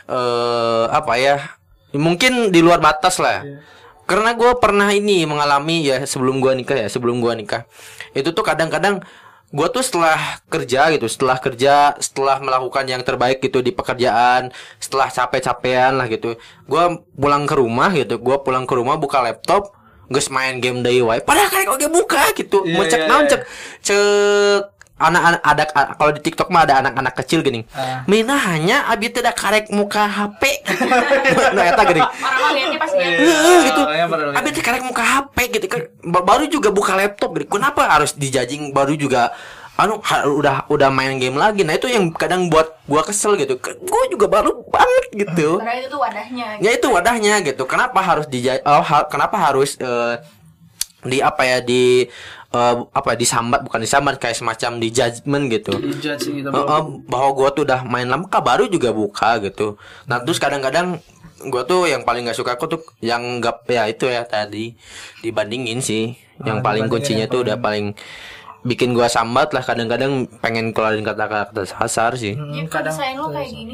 uh, apa ya mungkin di luar batas lah. Yeah. Karena gue pernah ini mengalami ya sebelum gue nikah ya sebelum gue nikah itu tuh kadang-kadang gue tuh setelah kerja gitu, setelah kerja, setelah melakukan yang terbaik gitu di pekerjaan, setelah capek-capean lah gitu, gue pulang ke rumah gitu, gue pulang ke rumah buka laptop, gue main game dari wae, padahal kayak oke buka gitu, yeah, mau cek yeah, naon yeah. cek cek anak-anak ada kalau di TikTok mah ada anak-anak kecil gini, uh. mina hanya abi tidak karek muka H P, nah eta gini, orang lihatnya pas lihat, gitu, abi tidak karek muka H P gitu kan, baru juga buka laptop gitu, kenapa harus dijajing baru juga, anu ha, udah udah main game lagi, nah itu yang kadang buat gua kesel gitu, gua juga baru banget gitu, karena itu tuh wadahnya, gitu. Ya itu wadahnya gitu, kenapa harus dijaj, oh, ha, kenapa harus uh, di apa ya di Uh, apa disambat bukan disambat kayak semacam di judgement gitu, di judge gitu uh, uh, bahwa gue tuh udah main lama kah baru juga buka gitu. Nah terus kadang-kadang gue tuh yang paling nggak suka aku tuh yang nggak ya itu ya tadi dibandingin sih, yang ah, paling kuncinya tuh udah paling bikin gua sambat lah, kadang-kadang pengen keluarin kata-kata kasar sih. Ya kadang sayang lo kayak gini.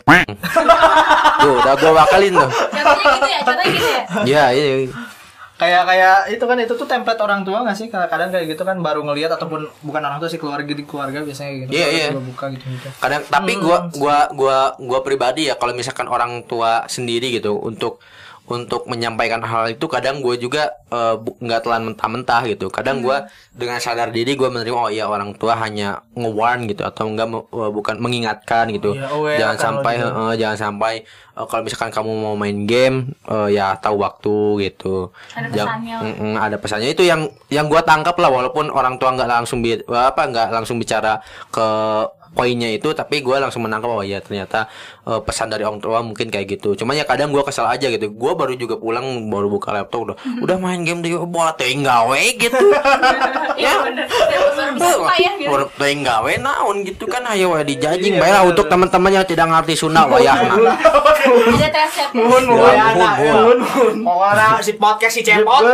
Tuh, udah gua wakalin tuh. Contohnya gitu ya, contohnya gitu ya. Ya, iya. Kayak kayak itu kan itu tuh template orang tua nggak sih? Kadang kayak gitu kan baru ngelihat ataupun bukan orang tua sih, keluarga di keluarga biasanya gitu. Iya, iya. Buka gitu gitu. Kadang tapi gua gua gua gua pribadi ya, kalau misalkan orang tua sendiri gitu untuk untuk menyampaikan hal itu, kadang gue juga uh, bu- nggak telan mentah-mentah gitu. Kadang gue dengan sadar diri gue menerima, oh iya orang tua hanya nge-warn gitu, atau enggak me- uh, bukan mengingatkan gitu. Iya, aware jangan akan sampai lo uh, jangan sampai uh, kalau misalkan kamu mau main game uh, ya tahu waktu gitu. Ada Jam- pesannya. Mm-mm, ada pesannya itu yang yang gue tangkap lah, walaupun orang tua nggak langsung bi- apa nggak langsung bicara ke poinnya itu, tapi gue langsung menangkap, oh ya ternyata uh, pesan dari orang tua mungkin kayak gitu. Cuman ya kadang gue kesal aja gitu. Gue baru juga pulang, baru buka laptop udah udah main game deh, buat tinggawe gitu. Iya bener. Baru bisa suka ya gitu. Baru tinggawe naon gitu kan, ayo we dijajing bae lah untuk teman-teman yang tidak ngerti Sunda wayahna. Ada translate. Mohon Ya, mohon mohon, mohon. Pokoknya si podcast si cepot.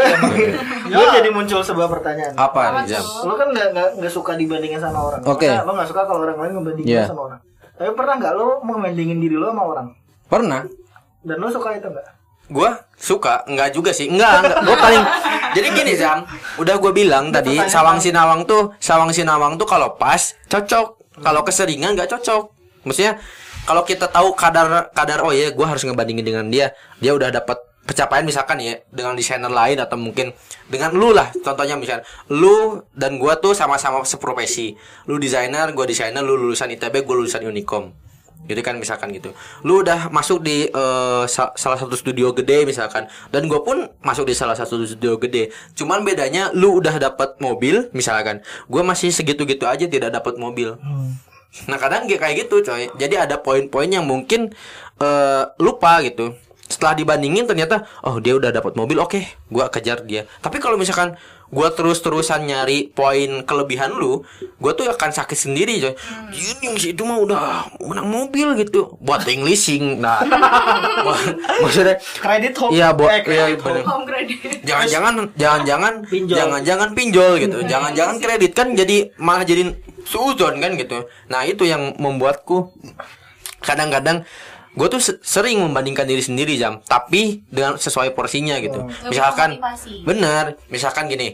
Gue jadi muncul sebuah pertanyaan. Apa nih, Jam? Lo kan nggak nggak nggak suka dibandingin sama orang. Oke. Maksudnya lo nggak suka kalau orang lain ngebandingin Iya. lo sama orang. Tapi pernah nggak lo ngebandingin diri lo sama orang? Pernah. Dan lo suka itu nggak? Gua suka, enggak juga sih, enggak, enggak. Gua paling, jadi gini Zam, udah gue bilang tadi, sawang sinawang tuh, sawang sinawang tuh kalau pas cocok, kalau keseringan nggak cocok. Maksudnya kalau kita tahu kadar kadar oh ya, gue harus ngebandingin dengan dia, dia udah dapat pencapaian misalkan ya dengan desainer lain, atau mungkin dengan lu lah, contohnya misal lu dan gua tuh sama-sama seprofesi, lu desainer, gua desainer, lu lulusan I T B, gua lulusan Unicom. Jadi kan misalkan gitu, lu udah masuk di uh, sa- salah satu studio gede misalkan, dan gue pun masuk di salah satu studio gede. Cuman bedanya lu udah dapat mobil misalkan, gue masih segitu-gitu aja tidak dapat mobil. Hmm. Nah kadang kayak gitu coy. Jadi ada poin-poin yang mungkin uh, lupa gitu. Setelah dibandingin ternyata, oh dia udah dapat mobil, oke, okay, gue kejar dia. Tapi kalau misalkan gue terus-terusan nyari poin kelebihan lu, gue tuh akan sakit sendiri coy. Ini si itu mah udah menang mobil gitu, buat leasing. Nah, maksudnya Kredit home. iya buat Eh, iya, kredit bener. Home credit. Jangan-jangan jangan-jangan Pinjol. jangan-jangan pinjol gitu. Jangan-jangan kredit kan jadi malah jadi suuzon kan gitu. Nah, itu yang membuatku kadang-kadang gue tuh sering membandingkan diri sendiri Jam, tapi dengan sesuai porsinya gitu. Lebih Misalkan memotivasi. bener, misalkan gini,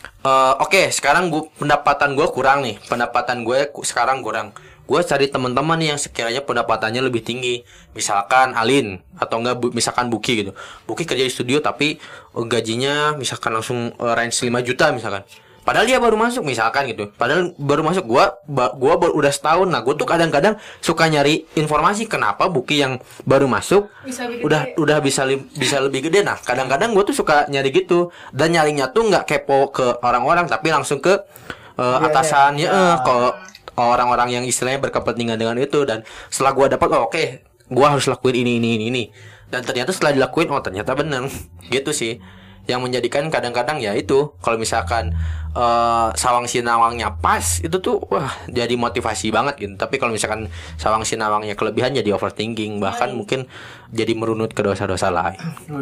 uh, oke okay, sekarang gua, pendapatan gue kurang nih, pendapatan gue ku, sekarang kurang. Gue cari teman-teman yang sekiranya pendapatannya lebih tinggi, misalkan Alin atau enggak bu, misalkan Buki gitu. Buki kerja di studio tapi uh, gajinya misalkan langsung uh, range lima juta misalkan. Padahal dia baru masuk misalkan gitu. Padahal baru masuk, gua ba, gua baru udah setahun. Nah, gua tuh kadang-kadang suka nyari informasi kenapa Buki yang baru masuk Bisa lebih udah gede. udah bisa li, bisa lebih gede. Nah, kadang-kadang gua tuh suka nyari gitu, dan nyarinya tuh nggak kepo ke orang-orang tapi langsung ke uh, atasannya eh ke orang-orang yang istilahnya berkepentingan dengan itu. Dan setelah gua dapat, oh, oke, okay, gua harus lakuin ini ini ini ini. Dan ternyata setelah dilakuin, oh ternyata benar. Gitu sih. Yang menjadikan kadang-kadang ya itu, kalau misalkan uh, sawang sinawangnya pas, itu tuh wah jadi motivasi banget gitu. Tapi kalau misalkan sawang sinawangnya kelebihan, jadi overthinking, bahkan mungkin jadi merunut ke dosa-dosa lain.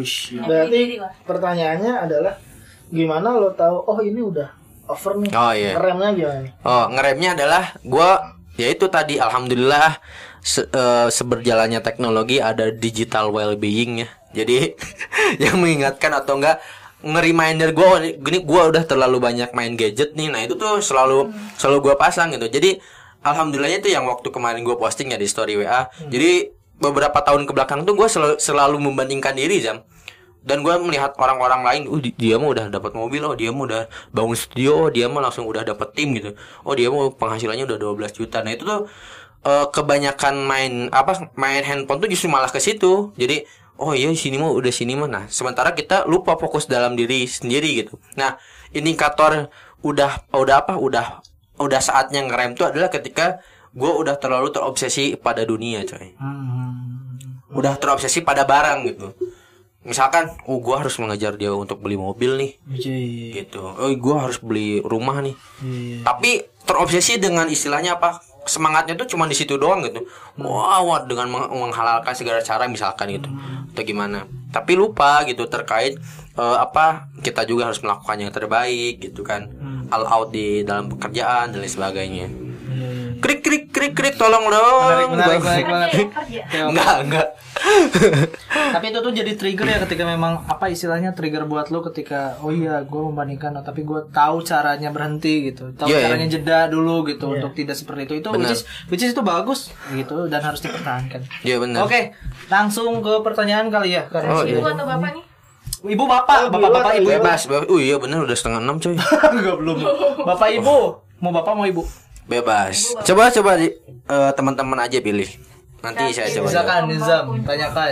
Berarti pertanyaannya adalah gimana lo tahu oh ini udah over nih? Oh iya. Remnya gimana nih? Oh, ngeremnya adalah gua ya itu tadi, alhamdulillah se- uh, seberjalannya teknologi ada digital well-being ya. Jadi yang mengingatkan atau enggak nge-reminder gue, oh, gini gue udah terlalu banyak main gadget nih. Nah itu tuh selalu hmm. selalu gue pasang gitu. Jadi alhamdulillahnya itu yang waktu kemarin gue posting ya di story W A. Hmm. Jadi beberapa tahun kebelakang tuh gue selalu, selalu membandingkan diri Jam. Dan gue melihat orang-orang lain, uh dia mah udah dapat mobil, oh dia mah udah bangun studio, oh dia mah langsung udah dapat tim gitu. Oh dia mah penghasilannya udah dua belas juta. Nah itu tuh uh, kebanyakan main apa main handphone tuh justru malah ke situ. Jadi oh iya sini mah udah sini mah. Nah, sementara kita lupa fokus dalam diri sendiri gitu. Nah, indikator udah udah apa? Udah udah saatnya ngerem tuh adalah ketika gue udah terlalu terobsesi pada dunia, coy. Hmm. Udah terobsesi pada barang gitu. Misalkan, oh gue harus mengejar dia untuk beli mobil nih. Iya. Gitu. Oh, gue harus beli rumah nih. Iya. Tapi terobsesi dengan istilahnya apa? Semangatnya tuh cuma di situ doang gitu. Wow, wow dengan meng- menghalalkan segala cara misalkan gitu. Hmm. Atau gimana. Tapi lupa gitu terkait uh, apa kita juga harus melakukan yang terbaik gitu kan. Hmm. all out di dalam pekerjaan dan lain sebagainya. Krik krik krik krik tolong dong. Menarik, menarik, menarik banget. Enggak, enggak. Tapi itu tuh jadi trigger ya ketika memang apa istilahnya trigger buat lu ketika oh iya gue membandingkan, oh, tapi gue tahu caranya berhenti gitu, tahu yeah, caranya yeah. jeda dulu gitu yeah. untuk tidak seperti itu. Itu Bener. which is, which is itu bagus gitu dan harus dipertahankan. Iya yeah, benar. Oke, langsung ke pertanyaan kali ya. Karena Oh, sudah- iya. Ibu atau bapak nih? Ibu bapak, Oh, bapak bapak ibu Bebas, bebas. Oh iya benar udah setengah enam coy. Enggak belum. Bapak ibu, mau bapak mau ibu? Bebas. Coba coba di, eh, teman-teman aja pilih. Nanti saya coba. jawab. Silakan Nizam, tanyakan.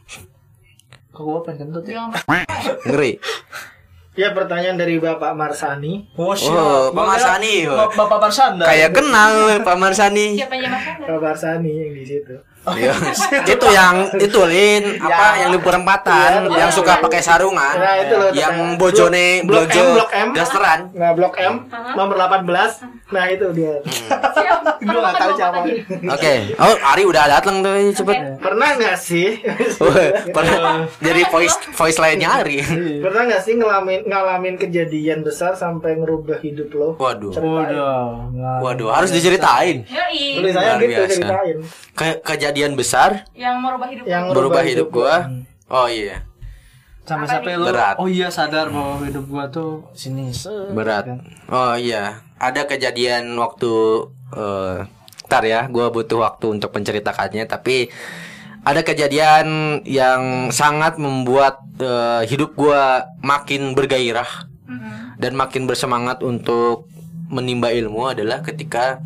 Kok gue pengen kentut ya? Yang Ngeri. Ya pertanyaan dari Bapak Marsani. Oh, Oh, Pak Marsani. Bapak, Bapak Marsanda. Kayak kenal Pak Marsani. siapa aja makan? Bapak Marsani yang di situ. Iya. Itu yang itu Lin apa yang di perempatan Iya, yang suka pakai sarungan. Nah, itu loh. Yang bojone Blok M, blojo Blok M. dasteran. Nah, Blok M nomor delapan belas. Nah, itu dia. Siapa? Gue nggak tahu siapa. Oke. Oh, Ari udah datang tuh cepet. Pernah nggak sih? Pernah jadi voice voice lainnya Ari. Pernah nggak sih ngalamin ngalamin kejadian besar sampai ngerubah hidup lo? Waduh. Waduh, Waduh, harus diceritain. Yoi. Tulisannya Luar gitu biasa. ceritain. Ke kejadian besar Yang merubah hidup. Yang berubah hidup gua. Oh iya, Sampai-sampai lu Berat. oh iya sadar bahwa hidup gua tuh sini set, berat. kan. Oh iya, ada kejadian waktu eh ntar ya, gua butuh waktu untuk menceritakannya, tapi ada kejadian yang sangat membuat eh, hidup gua makin bergairah dan makin bersemangat untuk menimba ilmu adalah ketika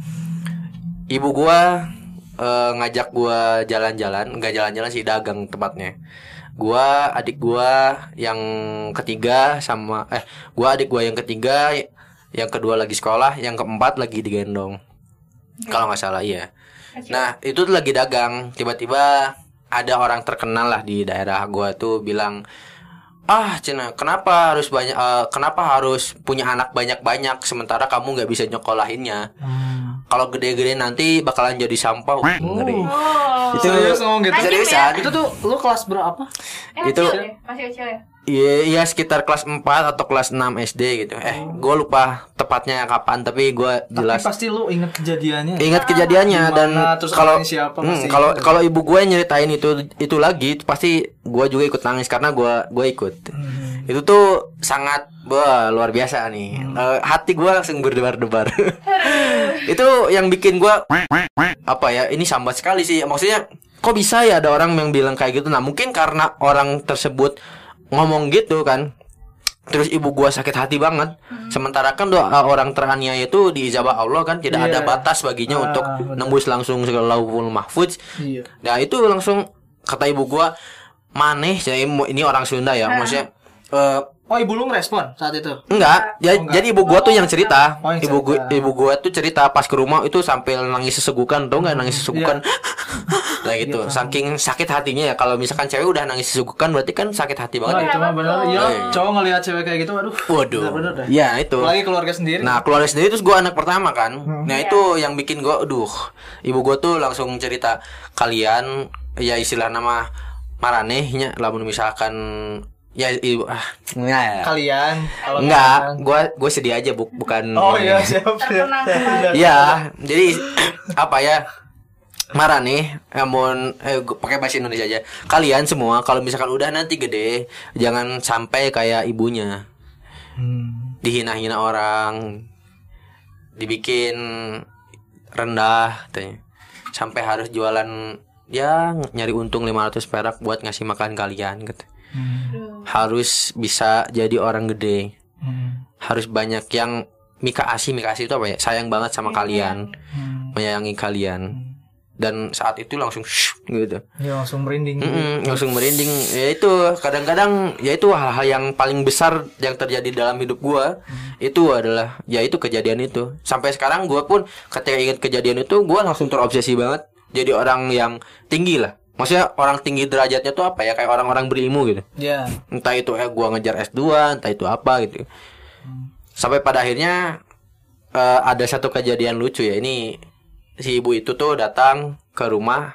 ibu gua eh, ngajak gua jalan-jalan, enggak jalan-jalan sih, dagang tempatnya. Gua, adik gua yang ketiga sama eh gua adik gua yang ketiga, yang kedua lagi sekolah, yang keempat lagi digendong. Kalau nggak salah iya. Nah, itu tuh lagi dagang, tiba-tiba ada orang terkenal lah di daerah gua tuh bilang, "Ah, Cina, kenapa harus banyak eh, kenapa harus punya anak banyak-banyak sementara kamu nggak bisa nyekolahinnya? Kalau gede-gede nanti bakalan jadi sampah." Wih, ngeri. Oh. Itu Serius ngomong gitu. Tajam seriusan. Itu tuh lu kelas berapa? Eh, Itu- kecil ya? Masih kecil ya? Iya, iya sekitar kelas empat atau kelas enam S D gitu. Eh, gua lupa tepatnya kapan, tapi gua Tapi jelas pasti lu inget kejadiannya. ingat kejadiannya. Dan Gimana, terus kalau orangnya siapa, hmm, pasti kalau ingat. kalau ibu gue nyeritain itu itu lagi pasti gue juga ikut nangis karena gue gue ikut. Hmm. Itu tuh sangat wah, luar biasa nih. Eh, hati gue langsung berdebar-debar. Itu yang bikin gue apa ya, ini sambat sekali sih, maksudnya kok bisa ya ada orang yang bilang kayak gitu. Nah mungkin karena orang tersebut ngomong gitu kan, terus ibu gua sakit hati banget. Sementara kan doa orang teraniaya itu diijabah Allah kan, tidak Iya. ada batas baginya Ah, untuk betul. nembus langsung ke Lauhul Mahfuz. Iya. Nah itu langsung kata ibu gua, maneh, saya ini orang Sunda ya, maksudnya eh, Oh, ibu lu ngerespon saat itu? enggak, ja- enggak. jadi ibu gua tuh yang cerita. Oh, yang ibu gua, cerita. ibu gua tuh cerita pas ke rumah itu sampai nangis sesegukan, tau nggak nangis sesegukan? Lah gitu, saking sakit hatinya ya. Kalau misalkan cewek udah nangis sesegukan berarti kan sakit hati Nah, banget. itu mah bener. Iya, Oh, iya. cowok ngelihat cewek kayak gitu, aduh. Waduh. Bener-bener dah. Ya itu. Apalagi keluarga sendiri. Nah keluarga sendiri terus gue anak pertama kan. Nah itu yang bikin gue, aduh, ibu gue tuh langsung cerita, kalian ya istilah nama maranehnya, lamun misalkan ya ibu ah enggak Kalian kalau enggak, kalian- gue gue sedih aja bu, bukan. Oh iya, siap. Terkenang sekali. Iya, jadi apa ya? Marane, namun eh, gua pakai bahasa Indonesia aja. Kalian semua kalau misalkan udah nanti gede, jangan sampai kayak ibunya. Hmm. Dihina-hina orang, dibikin rendah katanya. Sampai harus jualan ya nyari untung lima ratus perak buat ngasih makan kalian gitu. Hmm. Harus bisa jadi orang gede. Hmm. Harus banyak yang Mika Asi, Mika Asi itu apa ya? Sayang banget sama kalian, Hmm. menyayangi kalian. Dan saat itu langsung shh, gitu. Ya langsung merinding. Mm-mm, langsung merinding. Ya itu kadang-kadang ya itu hal-hal yang paling besar yang terjadi dalam hidup gua. Itu adalah ya itu kejadian itu. Sampai sekarang gua pun ketika ingat kejadian itu gua langsung terobsesi banget jadi orang yang tinggi lah. Maksudnya orang tinggi derajatnya tuh apa ya, kayak orang-orang berilmu gitu. Ya. Entah itu eh gua ngejar S dua, entah itu apa gitu. Sampai pada akhirnya eh, ada satu kejadian lucu ya. Ini si ibu itu tuh datang ke rumah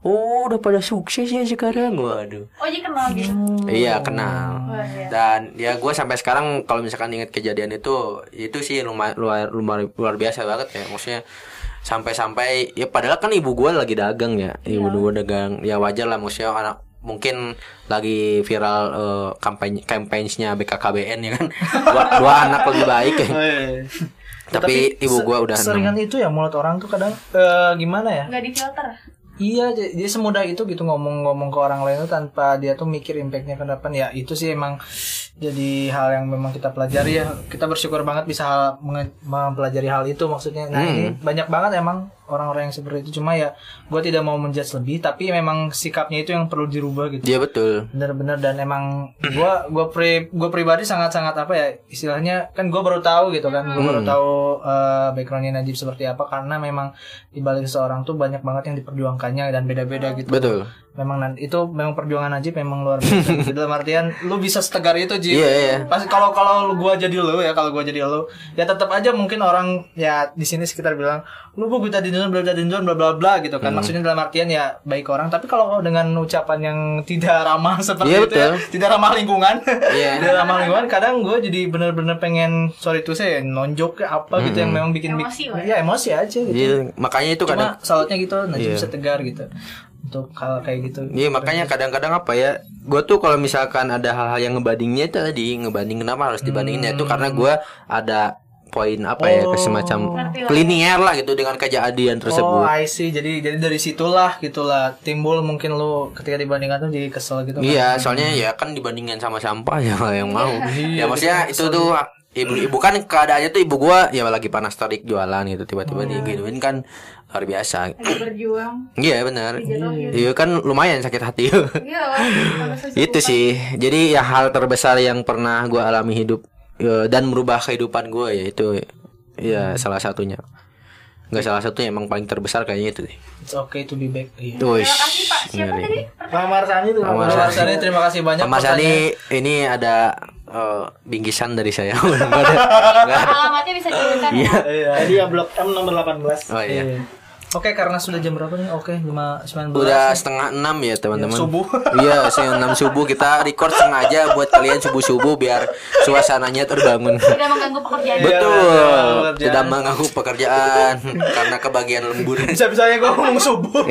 oh udah pada sukses ya sekarang, waduh. Oh jadi kenal gitu. Iya kenal. Wah, iya. Dan ya gue sampai sekarang kalau misalkan ingat kejadian itu, itu sih lumayan luar luar, luar biasa banget ya. Maksudnya sampai-sampai ya padahal kan ibu gue lagi dagang ya, ibu gue dagang ya wajar lah, maksudnya anak mungkin lagi viral uh, kampanye campaigns-nya B K K B N ya kan, dua, dua anak lebih baik ya. Oh, iya. Tapi, Tapi ibu gue udah seringan enam. itu ya mulut orang tuh kadang uh, gimana ya? Nggak difilter. Iya, j- dia semudah itu gitu ngomong-ngomong ke orang lain tuh tanpa dia tuh mikir impactnya ke depan. Ya itu sih emang jadi hal yang memang kita pelajari ya. Kita bersyukur banget bisa menge- mempelajari hal itu maksudnya. Nah Hmm. ini banyak banget emang orang-orang yang seperti itu. Cuma ya gue tidak mau menjudge lebih, tapi memang sikapnya itu yang perlu dirubah gitu. Dia betul. Bener-bener, dan emang gue gue pri gue pribadi sangat-sangat apa ya istilahnya, kan gue baru tahu gitu kan, gue baru Hmm. tahu uh, backgroundnya Najib seperti apa, karena memang di balik seseorang tuh banyak banget yang diperjuangkannya dan beda-beda gitu. Betul. Memang nan- itu memang perjuangan Najib memang luar biasa. Gitu. Dalam artian lu bisa setegar itu Ji. Iya, iya. Pas kalau kalau lu gua jadi lu ya, kalau gua jadi lu ya tetap aja mungkin orang ya di sini sekitar bilang lu bu kita dinjon bla bla dinjon bla bla bla gitu kan. Hmm. Maksudnya dalam artian ya baik orang, tapi kalau dengan ucapan yang tidak ramah seperti Iya, itu ya, betul. tidak ramah lingkungan. Iya. Tidak ramah lingkungan, kadang gua jadi bener-bener pengen sorry tuh saya nonjok ke apa gitu yang memang bikin Emosi, bikin Wak. ya emosi aja gitu. Jadi, makanya itu kadang Cuma salutnya gitu Najib Iya. bisa tegar gitu untuk hal kayak gitu. Iya makanya kadang-kadang apa ya, gue tuh kalau misalkan ada hal-hal yang ngebandingnya itu tadi ngebanding, kenapa harus dibandingin itu karena gue ada poin apa ya Oh. semacam Ngerti lah. linear lah gitu dengan kejadian Oh, tersebut. I see. Jadi jadi dari situlah gitulah timbul mungkin lu ketika dibandingkan tuh jadi kesel gitu. kan. Iya, soalnya ya kan dibandingin sama sampah ya yang mau. Iya, Ya maksudnya jadi itu tuh ibu-ibu kan keadaannya tuh ibu gua ya lagi panas terik jualan gitu, tiba-tiba digituin kan luar biasa. Lagi berjuang. Iya benar. Dijatuhin. Iya kan lumayan sakit hati. Iya. harus Itu sih. Jadi ya hal terbesar yang pernah gua alami hidup ya, dan merubah kehidupan gua ya itu ya salah satunya. Enggak salah satunya, emang paling terbesar kayaknya itu deh. It's okay to be back. Iya. Wih. Terima kasih Pak. Siapa ngeri. tadi? Pak Marsani tuh. Pak Mas Marsani. Arsani, terima kasih banyak. Pak Marsani, pertanyaan. ini ada eh, bingkisan dari saya. Enggak ada. Enggak ada. Alamatnya bisa diminta. Iya. Iya. Tadi ya blok M nomor delapan belas. Oh iya. Iya. Oke, karena sudah jam berapa nih? Oke, lima sembilan belas. Udah setengah enam ya teman-teman. Ya, subuh. Iya, setengah enam subuh kita record sengaja buat kalian subuh subuh biar suasananya terbangun. Tidak mengganggu pekerjaan. Iya, Betul, pekerjaan. tidak mengganggu pekerjaan karena kebagian lembur. Bisa-bisanya gue ngomong subuh.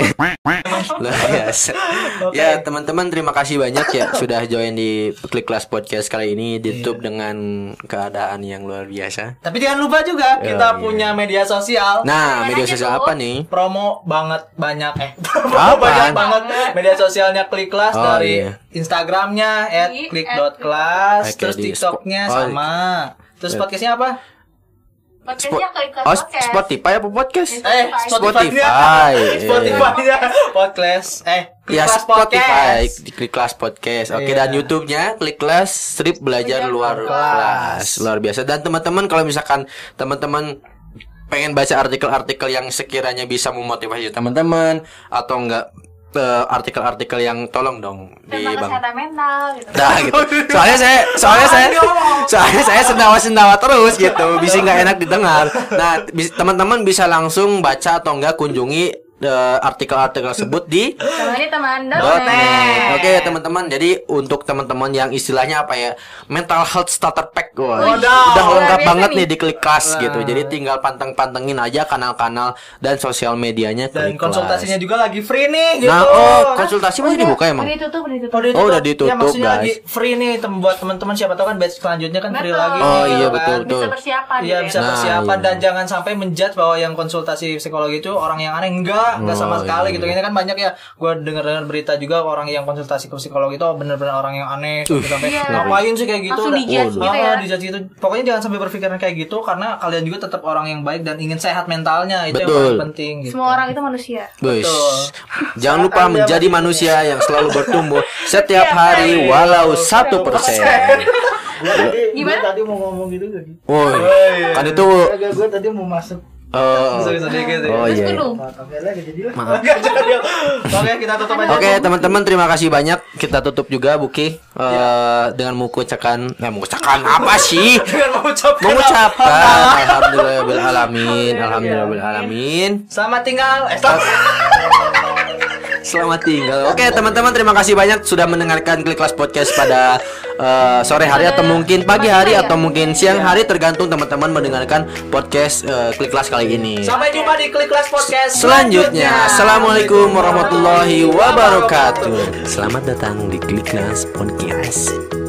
Luar biasa. Ya teman-teman, terima kasih banyak ya sudah join di Klik Kelas Podcast kali ini. Ditutup dengan keadaan yang luar biasa. Tapi jangan lupa juga kita iya. punya media sosial. Nah, Gimana media aja sosial tuh? apa nih? Promo banget banyak eh promo Apaan? banyak banget media sosialnya Klik Kelas, Oh, dari iya. Instagramnya at Di klik at dot kelas, Oke, terus di TikToknya Spo- oh, sama, terus ya. podcastnya apa? Podcastnya Klik Kelas Oh, Podcast. Spotify apa podcast? Eh, Spotify-nya. Spotify. Spotify-nya podcast. Eh, Klik Ya Kelas Spotify Podcast. di Klik Kelas Podcast. Oke, Iya. dan YouTube-nya Klik Kelas Strip Belajar Luar Kelas. Luar biasa. Dan teman-teman kalau misalkan teman-teman pengen baca artikel-artikel yang sekiranya bisa memotivasi teman-teman atau enggak eh, artikel-artikel yang tolong dong di Tentang Bang. kesehatan mental gitu. Nah gitu. Soalnya saya soalnya saya soalnya saya sendawa-sendawa terus gitu. Bisa nggak enak didengar. Nah, bis- teman-teman bisa langsung baca atau enggak kunjungi eh, artikel-artikel tersebut di Sama ini teman dot net. Oke teman-teman, jadi untuk teman-teman yang istilahnya apa ya, mental health starter pack, wah, Wih, udah luar lengkap biasa banget nih. nih di Klik Kelas gitu. Jadi tinggal panteng-pantengin aja kanal-kanal dan sosial medianya Dan Klik Kelas. konsultasinya juga lagi free nih gitu. Nah, oh konsultasi masih dibuka emang? Udah ditutup, udah ditutup. Oh, ditutup. Oh, udah ditutup, Ya, maksudnya guys. lagi free nih tem buat teman-teman, siapa tahu kan batch selanjutnya kan free Betul. lagi. Oh, gitu iya, kan. betul, betul. Bisa persiapan. Iya, gitu bisa ya. Nah, persiapan iya. dan jangan sampai menjudge bahwa yang konsultasi psikologi itu orang yang aneh, enggak, enggak sama Oh, sekali iya. gitu. Ini kan banyak ya, gue dengar-dengar berita juga orang yang konsultasi ke psikologi itu bener-bener orang yang aneh sampai Iya. ngapain sih kayak gitu. Langsung Dan- dijudge gitu Ah, ya. dijudge gitu. Pokoknya jangan sampai berpikiran kayak gitu karena kalian juga tetap orang yang baik dan ingin sehat mentalnya, itu yang Betul. paling penting gitu. Semua orang itu manusia. Bus. Betul. Jangan lupa menjadi manusia yang selalu bertumbuh setiap hari walau satu persen. Gue tadi, gue Gimana? tadi mau ngomong gitu gak? Woi, kan itu Agak gue tadi mau masuk. eh, Bisa-bisa dikit ya. oh Terus iya. kedung. Oke lah, jadi lah. Maaf. Enggak jadi. Oke, kita tutup aja. Oke teman-teman, terima kasih banyak. Kita tutup juga Buki eh, dengan mengucapkan, nah mengucapkan apa sih? Dengan mengucapkan Mengucapkan alhamdulillahirabbil alamin, alhamdulillahirabbil alamin. Selamat tinggal. Eh, stop. Selamat tinggal. Oke teman-teman, terima kasih banyak sudah mendengarkan Klik Kelas Podcast pada uh, sore hari atau mungkin pagi hari atau mungkin siang hari, tergantung teman-teman mendengarkan podcast uh, Klik Kelas kali ini. Sampai jumpa di Klik Kelas Podcast selanjutnya. Assalamualaikum warahmatullahi wabarakatuh. Selamat datang di Klik Kelas Podcast.